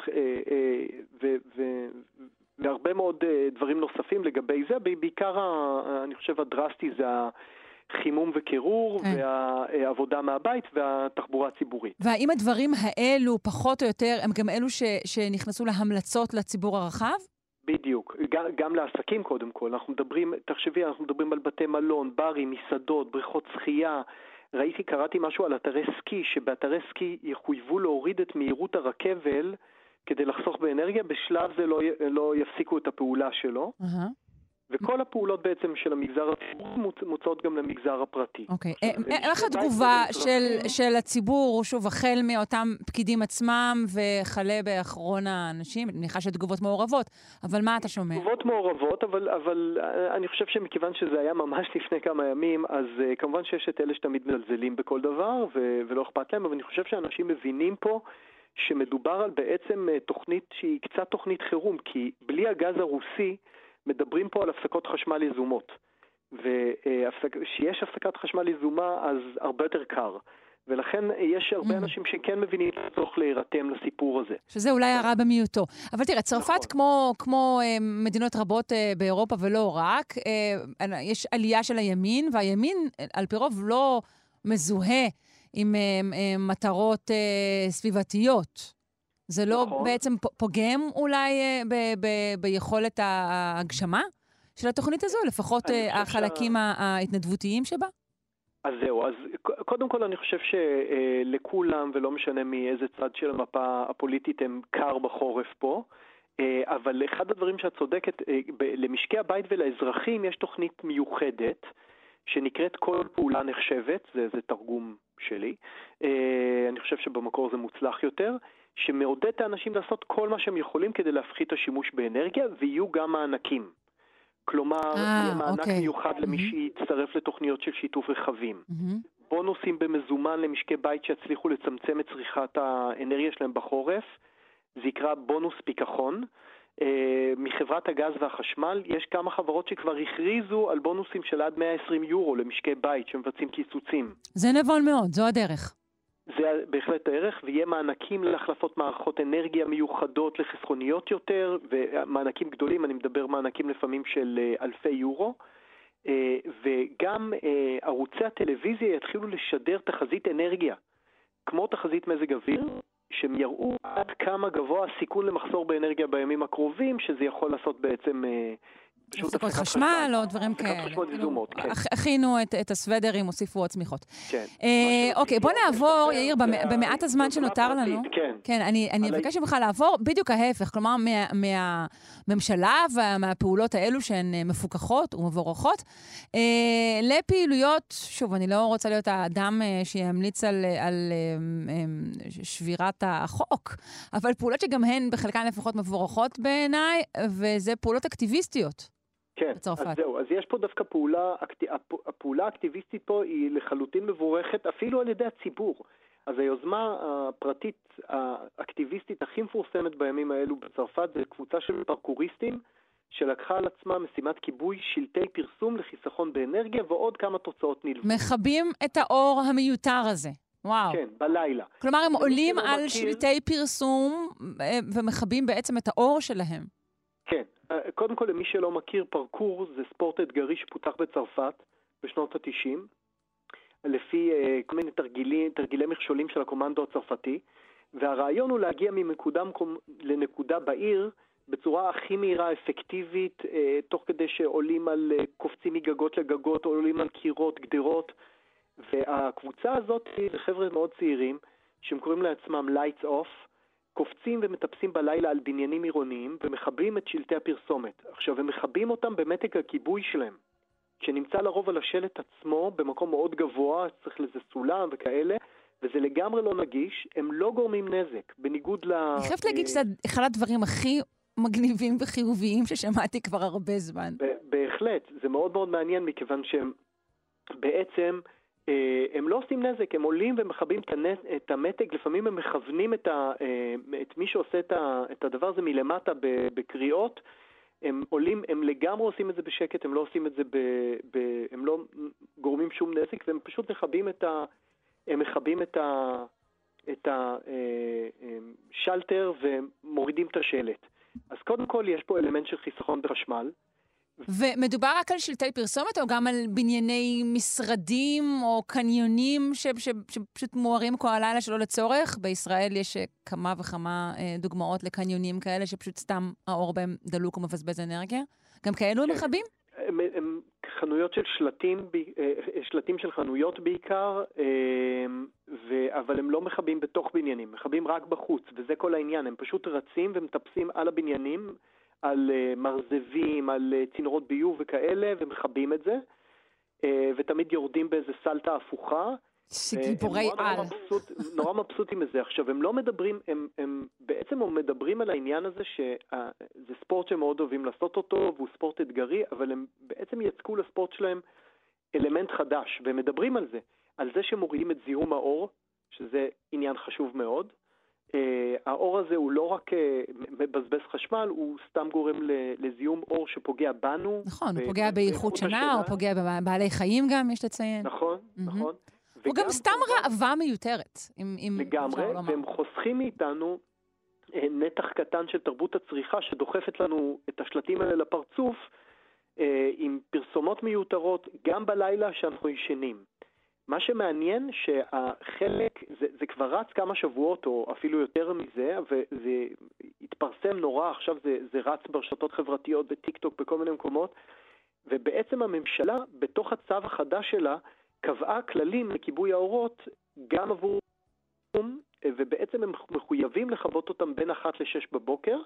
והרבה מאוד דברים נוספים לגבי זה. בעיקר, אני חושב, הדרסטי זה החימום וקירור, והעבודה מהבית והתחבורה הציבורית. והאם הדברים האלו, פחות או יותר, הם גם אלו שנכנסו להמלצות לציבור הרחב? בדיוק. גם, גם לעסקים קודם כל. אנחנו מדברים, תחשבי, אנחנו מדברים על בתי מלון, ברים, מסעדות, בריכות שחייה. ראיתי, קראתי משהו על אתרי סקי, שבאתרי סקי יחויבו להוריד את מהירות הרכבל כדי לחסוך באנרגיה, בשלב זה לא, לא יפסיקו את הפעולה שלו. Uh-huh. וכל הפעולות בעצם של המגזר הציבורי מוצאות גם למגזר הפרטי. אוקיי. איך התגובה של הציבור, שוב, החל מאותם פקידים עצמם וכלה באחרון האנשים? אני מניחה שתגובות מעורבות, אבל מה אתה שומע? תגובות מעורבות, אבל אני חושב שמכיוון שזה היה ממש לפני כמה ימים, אז כמובן שיש את אלה שתמיד מזלזלים בכל דבר ולא אכפת להם, אבל אני חושב שאנשים מבינים פה שמדובר על בעצם תוכנית שהיא קצת תוכנית חירום, כי בלי הגז הרוסי מדברים פה על הפסקות חשמל יזומות, וכשיש הפסקת חשמל יזומה אז הרבה יותר קר, ולכן יש הרבה אנשים שכן מבינים את הצורך להירתם לסיפור הזה. שזה אולי הרע במיעוטו. אבל תראה, צרפת כמו, כמו מדינות רבות באירופה ולא רק, יש עלייה של הימין, והימין על פי רוב לא מזוהה עם מטרות סביבתיות. זה לא נכון. בעצם פוגם אולי ב- ב- ביכולת ההגשמה של התוכנית הזו, לפחות החלקים שה... ההתנדבותיים שבה? אז זהו, אז קודם כל אני חושב שלכולם, ולא משנה מאיזה צד של המפה הפוליטית, הם קר בחורף פה, אבל אחד הדברים שאת צודקת, למשקי הבית ולאזרחים יש תוכנית מיוחדת, שנקראת כל פעולה נחשבת, זה, זה תרגום שלי, אני חושב שבמקור זה מוצלח יותר, שמעודד את האנשים לעשות כל מה שהם יכולים כדי להפחית את השימוש באנרגיה, ויהיו גם מענקים. כלומר, יהיה מענק אוקיי. מיוחד למי שיצטרף לתוכניות של שיתוף רכבים. בונוסים במזומן למשקי בית שיצליחו לצמצם את צריכת האנרגיה שלהם בחורף, זה יקרא בונוס פיקחון. מחברת הגז והחשמל, יש כמה חברות שכבר הכריזו על בונוסים של עד מאה ועשרים יורו למשקי בית שמבצעים קיצוצים. זה נבון מאוד, זו הדרך. זה בהחלט הערך, ויהיה מענקים להחלפות מערכות אנרגיה מיוחדות לחסכוניות יותר, ומענקים גדולים, אני מדבר מענקים לפעמים של אלפי יורו, וגם ערוצי הטלוויזיה יתחילו לשדר תחזית אנרגיה, כמו תחזית מזג אוויר, שהם יראו עד כמה גבוה הסיכון למחסור באנרגיה בימים הקרובים, שזה יכול לעשות בעצם הפסקות חשמל או דברים כאלה. הפסקות חשמל יזומות, כן. הכינו את הסוודרים, הוסיפו עוד צמיחות. כן. אוקיי, בוא נעבור, יאיר, במעט הזמן שנותר לנו. כן. כן, אני אבקש ממך לעבור בדיוק ההפך, כלומר, מהממשלה ומהפעולות האלו שהן מפוקחות ומבורכות, לפעילויות, שוב, אני לא רוצה להיות האדם שימליץ על שבירת החוק, אבל פעולות שגם הן בחלקן לפחות מבורכות בעיניי, וזה פעולות אקטיביסטיות. כן, בצרפת. אז זהו, אז יש פה דווקא פעולה, הפעולה האקטיביסטית פה היא לחלוטין מבורכת, אפילו על ידי הציבור. אז היוזמה הפרטית האקטיביסטית הכי מפורסמת בימים האלו בצרפת, זה קבוצה של פרקוריסטים, שלקחה על עצמה משימת כיבוי שלטי פרסום לחיסכון באנרגיה, ועוד כמה תוצאות נלוות. מכבים את האור המיותר הזה. וואו. כן, בלילה. כלומר, הם עולים על מכיר... שלטי פרסום, ומכבים בעצם את האור שלהם. כן. קודם כל, למי שלא מכיר, פרקור זה ספורט אתגרי שפותח בצרפת בשנות ה-תשעים, לפי uh, כל מיני תרגילים, תרגילי מכשולים של הקומנדו הצרפתי, והרעיון הוא להגיע ממקודה לנקודה בעיר בצורה הכי מהירה, אפקטיבית, uh, תוך כדי שעולים על uh, קופצים מגגות לגגות, עולים על קירות, גדרות, והקבוצה הזאת זה חבר'ה מאוד צעירים, שהם קוראים לעצמם Lights Off, קופצים ומטפסים בלילה על בניינים עירוניים, ומחבים את שלטי הפרסומת. עכשיו, הם מחבים אותם במתג הכיבוי שלהם, שנמצא לרוב על השלט עצמו, במקום מאוד גבוה, צריך לזה סולם וכאלה, וזה לגמרי לא נגיש, הם לא גורמים נזק, בניגוד ל... אני חייבת להגיד שזה אחד הדברים הכי מגניבים וחיוביים ששמעתי כבר הרבה זמן. בהחלט, זה מאוד מאוד מעניין, מכיוון שהם בעצם... הם לא עושים נזק, הם עולים ומחבים את המתג, לפעמים הם מכוונים את, ה, את מי שעושה את הדבר הזה מלמטה בקריאות, הם עולים, הם לגמרי עושים את זה בשקט, הם לא עושים את זה, ב, ב, הם לא גורמים שום נזק, והם פשוט מכבים את ה, הם מכבים את ה, את השלטר ומורידים את השלט. אז קודם כל יש פה אלמנט של חיסכון בחשמל, ומדובר רק על שלטי פרסומת, או גם על בנייני משרדים או קניונים שפשוט מוארים כל הלילה שלא לצורך? בישראל יש כמה וכמה דוגמאות לקניונים כאלה שפשוט סתם האור בהם דלוק ומבזבז אנרגיה. גם כאלו הם מכבים? הם, הם חנויות של שלטים, שלטים של חנויות בעיקר, ו, אבל הם לא מכבים בתוך בניינים, מכבים רק בחוץ, וזה כל העניין. הם פשוט רצים ומטפסים על הבניינים, על uh, מרזבים, על uh, צינורות ביוב וכאלה, ומחבים את זה, uh, ותמיד יורדים באיזה סלטה הפוכה. שגיבורי uh, על. נורא, מבסוט, נורא מבסוטים מזה. עכשיו, הם לא מדברים, הם, הם בעצם הם מדברים על העניין הזה, שזה ספורט שהם מאוד אוהבים לעשות אותו, והוא ספורט אתגרי, אבל הם בעצם יצקו לספורט שלהם אלמנט חדש, והם מדברים על זה, על זה שמורידים את זיהום האור, שזה עניין חשוב מאוד, Uh, האור הזה הוא לא רק uh, מבזבז חשמל, הוא סתם גורם לזיהום אור שפוגע בנו. נכון, הוא פוגע באיכות שינה, הוא פוגע בבעלי חיים גם, יש לציין. נכון, נכון. הוא גם סתם ראווה מיותרת. לגמרי, והם חוסכים מאיתנו נתח קטן של תרבות הצריכה, שדוחפת לנו את השלטים האלה לפרצוף, uh, עם פרסומות מיותרות, גם בלילה שאנחנו ישנים. מה שמעניין שהחלק, זה, זה כבר רץ כמה שבועות או אפילו יותר מזה, וזה התפרסם נורא, עכשיו זה, זה רץ ברשתות חברתיות, בטיק טוק, בכל מיני מקומות, ובעצם הממשלה, בתוך הצו החדש שלה, קבעה כללים לכיבוי האורות גם עבור, ובעצם הם מחויבים לחוות אותם בין אחת לשש בבוקר,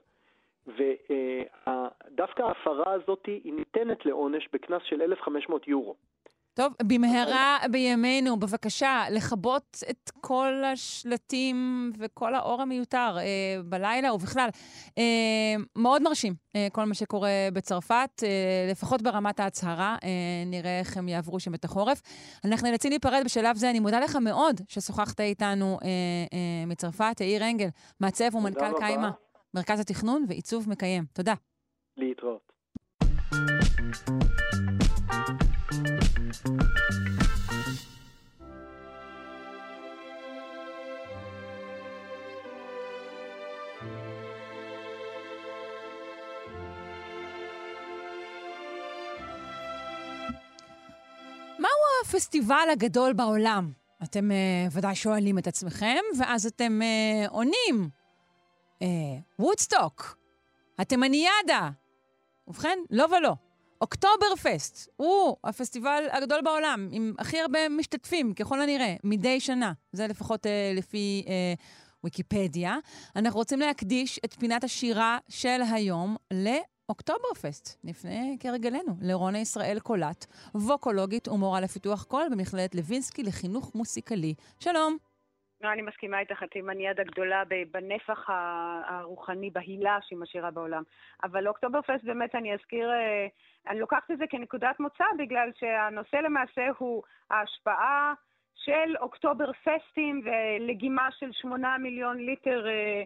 ודווקא ההפרה הזאת היא ניתנת לעונש בקנס של אלף וחמש מאות יורו. טוב, במהרה בימינו, בבקשה, לכבות את כל השלטים וכל האור המיותר אה, בלילה ובכלל. אה, מאוד מרשים אה, כל מה שקורה בצרפת, אה, לפחות ברמת ההצהרה. אה, נראה איך הם יעברו שם את החורף. אנחנו נאלצים להיפרד בשלב זה. אני מודה לך מאוד ששוחחת איתנו אה, אה, מצרפת. יאיר אנגל, מעצב ומנכ"ל קיימה, מרכז התכנון ועיצוב מקיים. תודה. להתראות. מהו הפסטיבל הגדול בעולם? אתם uh, ודאי שואלים את עצמכם, ואז אתם uh, עונים. וודסטוק, התימניאדה. ובכן, לא ולא. אוקטובר פסט הוא הפסטיבל הגדול בעולם, עם הכי הרבה משתתפים, ככל הנראה, מדי שנה. זה לפחות אה, לפי אה, ויקיפדיה. אנחנו רוצים להקדיש את פינת השירה של היום לאוקטובר פסט. נפנה כרגלנו לרונה ישראל קולט, ווקולוגית ומורה לפיתוח קול במכללת לוינסקי לחינוך מוסיקלי. שלום. לא, אני מסכימה איתך, את עם היד הגדולה בנפח הרוחני, בהילה שהיא משאירה בעולם. אבל אוקטובר פסט באמת אני אזכיר, אני לוקחת את זה כנקודת מוצא, בגלל שהנושא למעשה הוא ההשפעה של אוקטובר פסטים ולגימה של שמונה מיליון ליטר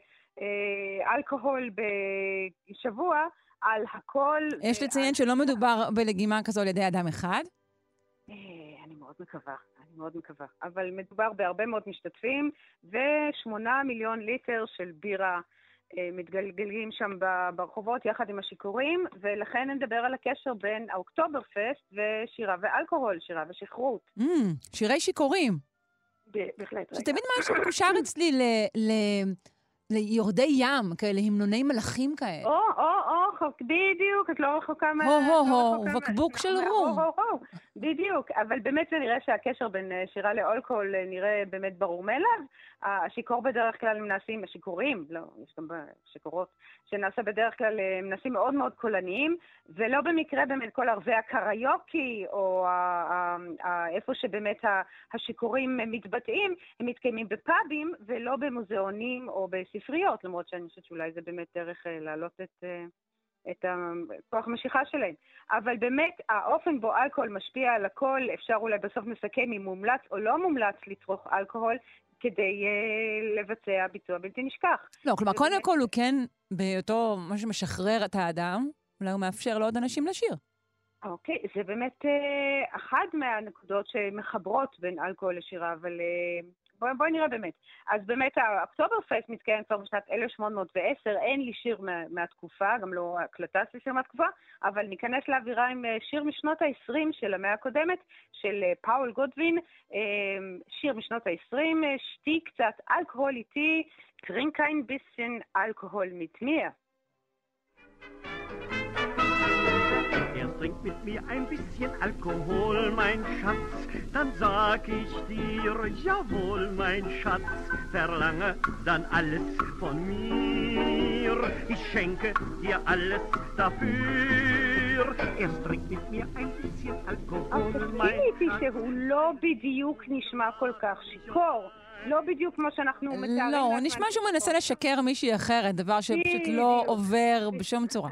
אלכוהול בשבוע על הכל. יש לציין שלא מדובר בלגימה כזו על ידי אדם אחד? אני מאוד מקווה. אני מאוד מקווה. אבל מדובר בהרבה מאוד משתתפים, ושמונה מיליון ליטר של בירה אה, מתגלגלים שם ברחובות יחד עם השיקורים, ולכן נדבר על הקשר בין האוקטובר פסט ושירה ואלכוהול, שירה ושכרות. Mm, שירי שיכורים. בהחלט. שתמיד משהו מקושר אצלי ל... ל... ליורדי ים, כאלה, המנוני מלאכים כאלה. או, או, או, בדיוק, את לא רחוקה מה... הו, הו, הו, ובקבוק של רום. הו, הו, בדיוק, אבל באמת זה נראה שהקשר בין שירה לאלכוהול נראה באמת ברור מאליו. השיקור בדרך כלל הם נעשים, השיכורים, לא, יש גם שיקורות, שנעשה בדרך כלל הם נעשים מאוד מאוד קולניים, ולא במקרה באמת כל ערבי הקריוקי, או איפה שבאמת השיקורים מתבטאים, הם מתקיימים בפאבים, ולא במוזיאונים או בספריות, למרות שאני חושבת שאולי זה באמת דרך להעלות את... את הכוח המשיכה שלהם. אבל באמת, האופן בו אלכוהול משפיע על הכל, אפשר אולי בסוף מסכם אם מומלץ או לא מומלץ לצרוך אלכוהול, כדי uh, לבצע ביצוע בלתי נשכח. לא, כלומר, קודם כל הוא כן, בהיותו מה שמשחרר את האדם, אולי הוא מאפשר לעוד אנשים לשיר. אוקיי, okay, זה באמת uh, אחת מהנקודות שמחברות בין אלכוהול לשירה, אבל... Uh, בואי בוא נראה באמת. אז באמת האוקטובר פסט מתקיים כבר בשנת אלף שמונה מאות ועשר, אין לי שיר מה, מהתקופה, גם לא הקלטה של שיר מהתקופה, אבל ניכנס לאווירה עם שיר משנות ה-עשרים של המאה הקודמת, של פאול גודווין, שיר משנות ה-עשרים, שתי קצת אלכוהול איתי, trink ein bisschen Alkohol mit mir. Trink mit mir ein bisschen Alkohol, mein Schatz, dann sag ich dir, jawohl, mein Schatz, verlange dann alles von mir, ich schenke dir alles dafür, erst trink mit mir ein bisschen Alkohol, mein Schatz. תסכימי איתי שהוא לא בדיוק נשמע כל כך שיכור. לא בדיוק כמו שאנחנו מתארים. לא, הוא נשמע שהוא מנסה לשקר מישהי אחרת, דבר שפשוט לא עובר בשום צורה.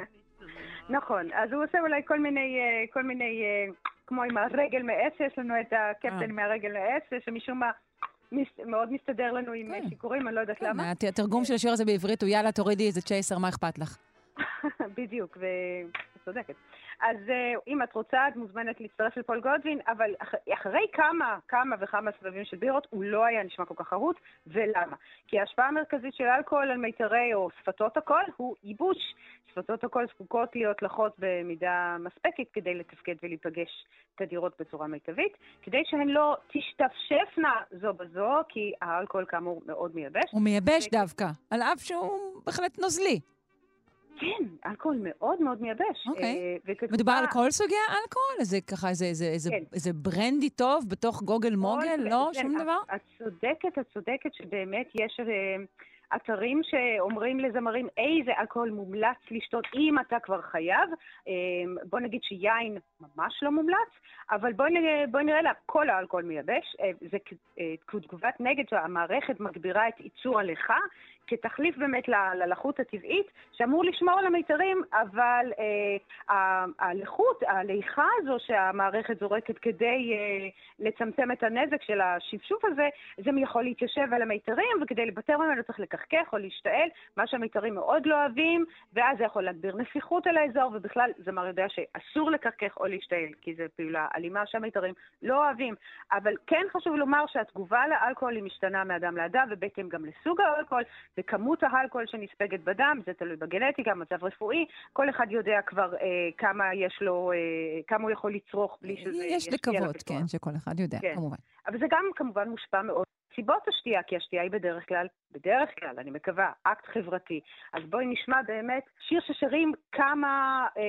נכון, אז הוא עושה אולי כל מיני, כל מיני, כמו עם הרגל מעץ, יש לנו את הקפטן מהרגל מעץ, שמשום מה מאוד מסתדר לנו עם שיקורים, אני לא יודעת למה. התרגום של השיר הזה בעברית הוא יאללה, תורידי איזה צ'ייסר, מה אכפת לך? בדיוק, ואת צודקת. אז אם את רוצה, את מוזמנת להצטרף לפול גודווין, אבל אחרי כמה, כמה וכמה סבבים של בירות, הוא לא היה נשמע כל כך חרוט, ולמה? כי ההשפעה המרכזית של אלכוהול על מיתרי או שפתות הקול הוא ייבוש. שפתות הקול זקוקות להיות לחות במידה מספקת כדי לתפקד ולהיפגש תדירות בצורה מיטבית, כדי שהן לא תשתפשפנה זו בזו, כי האלכוהול כאמור מאוד מייבש. הוא מייבש דווקא, על אף שהוא בהחלט נוזלי. כן, אלכוהול מאוד מאוד מייבש. אוקיי. מדובר על כל סוגי האלכוהול? זה ככה, איזה ברנדי טוב בתוך גוגל מוגל? לא? שום דבר? את צודקת, את צודקת שבאמת יש אתרים שאומרים לזמרים איזה אלכוהול מומלץ לשתות אם אתה כבר חייב. בוא נגיד שיין ממש לא מומלץ, אבל בואי נראה לה, כל האלכוהול מייבש. זה תגובת נגד שהמערכת מגבירה את ייצור הלכה, כתחליף באמת ללחות הטבעית, שאמור לשמור על המיתרים, אבל אה, הלחות, הליכה הזו שהמערכת זורקת כדי אה, לצמצם את הנזק של השפשוף הזה, זה יכול להתיישב על המיתרים, וכדי לבטר ממנו צריך לקחקח או להשתעל, מה שהמיתרים מאוד לא אוהבים, ואז זה יכול להגביר נפיחות על האזור, ובכלל זה מראה יודע שאסור לקחקח או להשתעל, כי זה פעולה אלימה שהמיתרים לא אוהבים. אבל כן חשוב לומר שהתגובה לאלכוהול היא משתנה מאדם לאדם, ובהתאם גם לסוג האלכוהול, וכמות האלכוהול שנספגת בדם, זה תלוי בגנטיקה, מצב רפואי, כל אחד יודע כבר אה, כמה יש לו, אה, כמה הוא יכול לצרוך בלי שזה יש לקוות, כן, שכל אחד יודע, כן. כמובן. אבל זה גם כמובן מושפע מאוד סיבות השתייה, כי השתייה היא בדרך כלל, בדרך כלל, אני מקווה, אקט חברתי. אז בואי נשמע באמת שיר ששרים כמה, אה,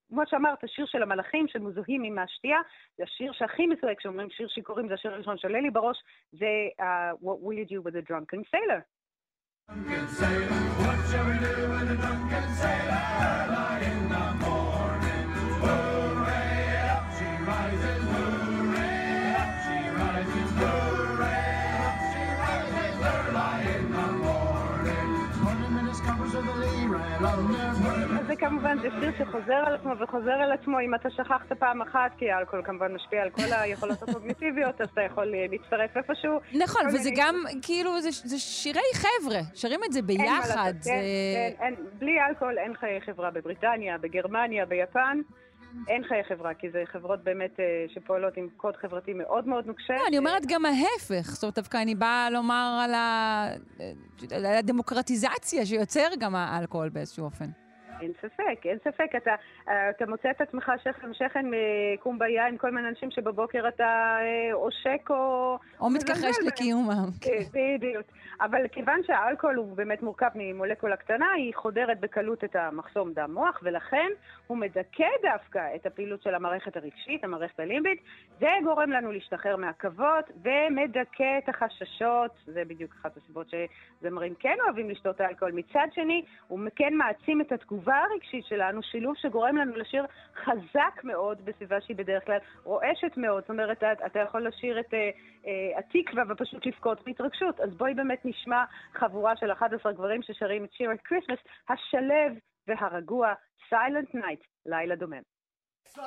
כמו שאמרת, השיר של המלאכים שמזוהים עם השתייה, זה השיר שהכי מסויג, כשאומרים שיר שיכורים, זה השיר הראשון שעולה לי בראש, זה uh, What Will You Do with a Drunken Sailor. Drunken sailor, what shall we do with a drunken sailor? Early in the morning, hooray, up she rises, hooray, up she rises, hooray, up she rises, early in the morning. Twenty minutes covers of the lee rail on their אז זה כמובן, זה שיר שחוזר על עצמו וחוזר על עצמו. אם אתה שכחת פעם אחת, כי האלכוהול כמובן משפיע על כל היכולות הקוגניטיביות, אז אתה יכול להצטרף איפשהו. נכון, וזה גם, כאילו, זה שירי חבר'ה, שרים את זה ביחד. בלי אלכוהול אין חיי חברה בבריטניה, בגרמניה, ביפן. אין חיי חברה, כי זה חברות באמת שפועלות עם קוד חברתי מאוד מאוד נוקשה. אני אומרת גם ההפך, זאת אומרת, דווקא אני באה לומר על הדמוקרטיזציה שיוצר גם האלכוהול באיזשהו אופן. אין ספק, אין ספק. אתה, אתה מוצא את עצמך שכם שכם קומביה עם כל מיני אנשים שבבוקר אתה עושק או... או מתכחש לקיומם. בדיוק. אבל כיוון שהאלכוהול הוא באמת מורכב ממולקולה קטנה, היא חודרת בקלות את המחסום דם מוח, ולכן הוא מדכא דווקא את הפעילות של המערכת הרגשית, המערכת הלימבית. זה גורם לנו להשתחרר מהכבוד, ומדכא את החששות. זה בדיוק אחת הסיבות שזמרים כן אוהבים לשתות האלכוהול. מצד שני, הוא כן מעצים את התגובה הרגשית שלנו, שילוב שגורם לנו לשיר חזק מאוד בסביבה שהיא בדרך כלל רועשת מאוד. זאת אומרת, אתה, אתה יכול לשיר את uh, uh, התקווה ופשוט לפקוד בהתרגשות. אז בואי באמת נשמע חבורה של אחד עשר גברים ששרים את שיר הקריסמס, השלב והרגוע, Silent Night, לילה דומם. Silent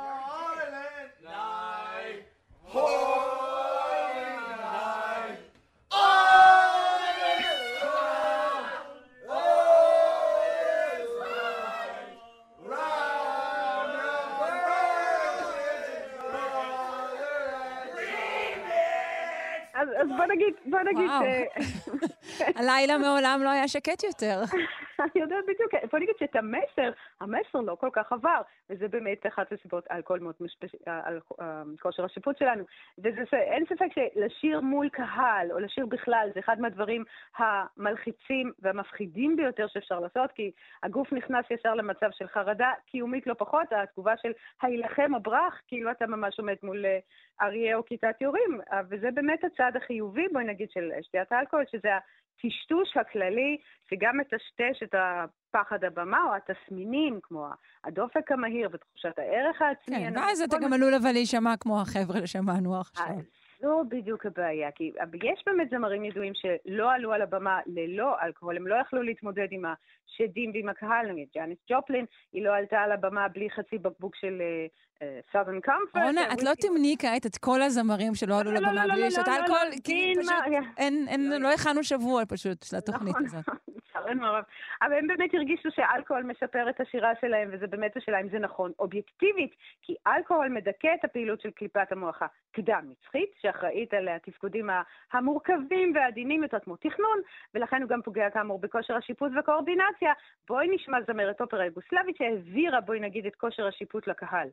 Night, Holy Night, all is well, all is right, round the virgin brother remix. אז, אז בוא נגיד, בוא נגיד ש... הלילה מעולם לא היה שקט יותר. אני יודעת בדיוק, בוא נגיד שאת המסר, המסר לא כל כך עבר, וזה באמת אחת הסיבות על כל מאוד משפש... על כושר השיפוט שלנו. ואין ספק שלשיר מול קהל, או לשיר בכלל, זה אחד מהדברים המלחיצים והמפחידים ביותר שאפשר לעשות, כי הגוף נכנס ישר למצב של חרדה קיומית לא פחות, התגובה של הילחם הברח, כאילו אתה ממש עומד מול אריה או כיתת יורים, וזה באמת הצעד החיובי, בואי נגיד, של שתיית האלכוהול, שזה הטשטוש הכללי, שגם מטשטש את הפחד הבמה או התסמינים, כמו הדופק המהיר ותחושת הערך העצמי. כן, ואז אתה גם עלול אבל להישמע כמו החבר'ה ששמענו עכשיו. זו בדיוק הבעיה, כי יש באמת זמרים ידועים שלא עלו על הבמה ללא אלכוהול, הם לא יכלו להתמודד עם השדים ועם הקהל, נגיד ג'אניס ג'ופלין, היא לא עלתה על הבמה בלי חצי בקבוק של סאדרן קומפורט. רונה, את לא תמני כעת את כל הזמרים שלא עלו לבמה בלי לשתות אלכוהול, כי פשוט לא הכנו שבוע פשוט של התוכנית הזאת. אבל הם באמת הרגישו שאלכוהול משפר את השירה שלהם, וזה באמת השאלה אם זה נכון אובייקטיבית, כי אלכוהול מדכא את הפעילות של קליפת המוח הקדם-מצחית, שאחראית על התפקודים המורכבים והעדינים יותר כמו תכנון, ולכן הוא גם פוגע כאמור בכושר השיפוט והקואורדינציה. בואי נשמע זמרת אופרה יוגוסלבית שהעבירה, בואי נגיד, את כושר השיפוט לקהל.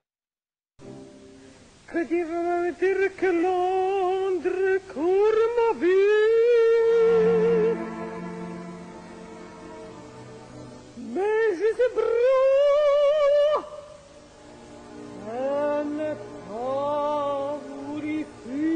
Kadivama dirkelondre kurmavi Mejis bro Ane tavuri fi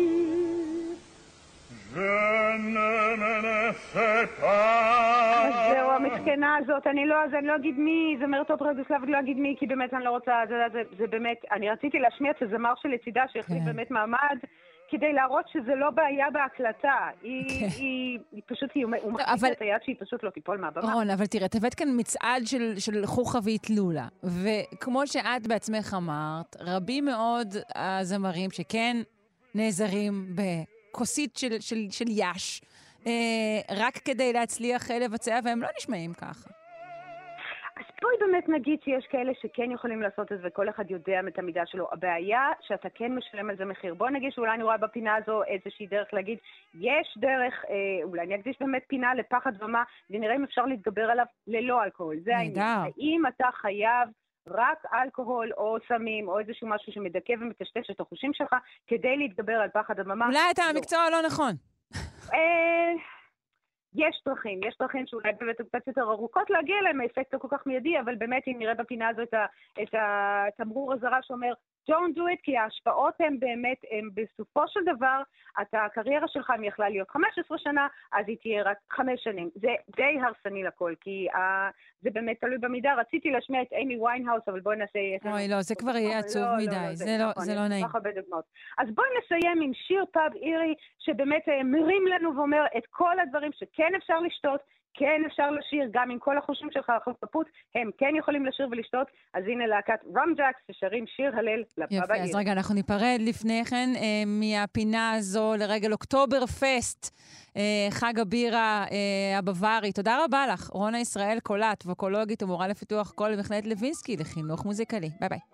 Je ne me sais pas זהו, המסכנה הזאת, אני לא, אז אני לא אגיד מי, זמרת אופרה יוגוסלבית, לא אגיד מי, כי באמת אני לא רוצה, זה, זה, זה באמת, אני רציתי להשמיע את הזמר שלצידה, שהחליט באמת מעמד, כדי להראות שזה לא בעיה בהקלטה. היא, היא, היא, היא פשוט, היא מחליטה את היד שהיא פשוט לא תיפול מהבמה. רון, אבל תראה, תבאת כאן מצעד של, של חוכה והתלולה, וכמו שאת בעצמך אמרת, רבים מאוד הזמרים שכן נעזרים בכוסית של, של, של יש, רק כדי להצליח לבצע, והם לא נשמעים ככה. אז בואי באמת נגיד שיש כאלה שכן יכולים לעשות את זה, וכל אחד יודע את המידה שלו. הבעיה שאתה כן משלם על זה מחיר. בואי נגיד שאולי אני רואה בפינה הזו איזושהי דרך להגיד, יש דרך, אה, אולי אני אקדיש באמת פינה לפחד ומה, ונראה אם אפשר להתגבר עליו ללא אלכוהול. זה העניין. האם אתה חייב רק אלכוהול או סמים או איזשהו משהו שמדכא ומטשטש את החושים שלך כדי להתגבר על פחד הממה? אולי אתה המקצוע לא נכון. יש דרכים, יש דרכים שאולי באמת קצת יותר ארוכות להגיע אליהם, האפקט לא כל כך מיידי, אבל באמת אם נראה בפינה הזו את, ה, את התמרור הזרה שאומר, don't do it, כי ההשפעות הן באמת, הן בסופו של דבר, אתה, הקריירה שלך אם יכלה להיות חמש עשרה שנה, אז היא תהיה רק חמש שנים. זה די הרסני לכל, כי uh, זה באמת תלוי במידה. רציתי להשמיע את אימי ויינהאוס, אבל בואי נעשה... אוי, לא, זה כבר יהיה עצוב מדי, זה לא נעים. אז בואי נסיים עם שיר פאב אירי, שבאמת מרים לנו ואומר את כל הדברים שכן אפשר לשתות, כן אפשר לשיר, גם עם כל החושים שלך, החופפות, הם כן יכולים לשיר ולשתות, אז הנה להקת רים ג'קס ששרים שיר הלל לפאב העיר. יפה, אז רגע, אנחנו ניפרד לפני כן אה, מהפינה הזו לרגל אוקטובר פסט, אה, חג הבירה אה, הבווארי. תודה רבה לך, רונה ישראל קולט, ווקולוגית ומורה לפיתוח קול במכללת לוינסקי לחינוך מוזיקלי. ביי ביי.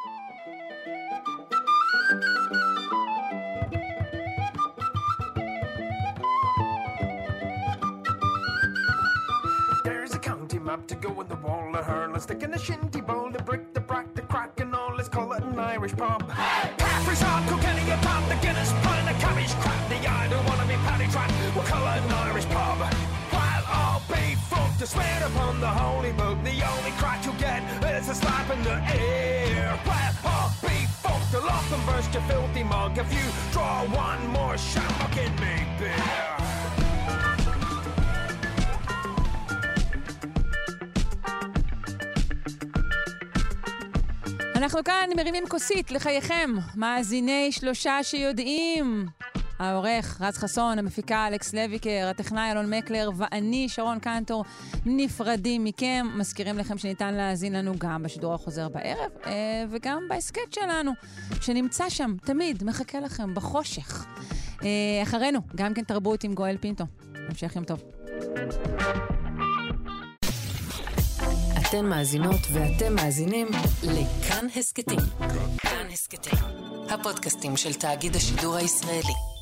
To go in the wall of her, let's stick in a shinty bowl, the brick, the brack, the crack, and all. Let's call it an Irish pub. Caffrey's hard, Kilkenny, a pub, the Guinness, pint, a cabbage crap. The I don't wanna be paddy track. We'll call it an Irish pub. While all be fucked to swear upon the holy book, the only crack you get is a slap in the air. While all be fucked, the lock and burst your filthy mug. If you draw one more shot, fucking make beer. אנחנו כאן מרימים כוסית לחייכם, מאזיני שלושה שיודעים. העורך רז חסון, המפיקה אלכס לויקר, הטכנאי אלון מקלר ואני שרון קנטור נפרדים מכם. מזכירים לכם שניתן להאזין לנו גם בשידור החוזר בערב וגם בהסקט שלנו שנמצא שם תמיד, מחכה לכם בחושך. אחרינו גם כן תרבות עם גואל פינטו. המשך יום טוב. אתן מאזינות ואתם מאזינים לכאן הסקטים. כאן הסקטים, הפודקאסטים של תאגיד השידור הישראלי.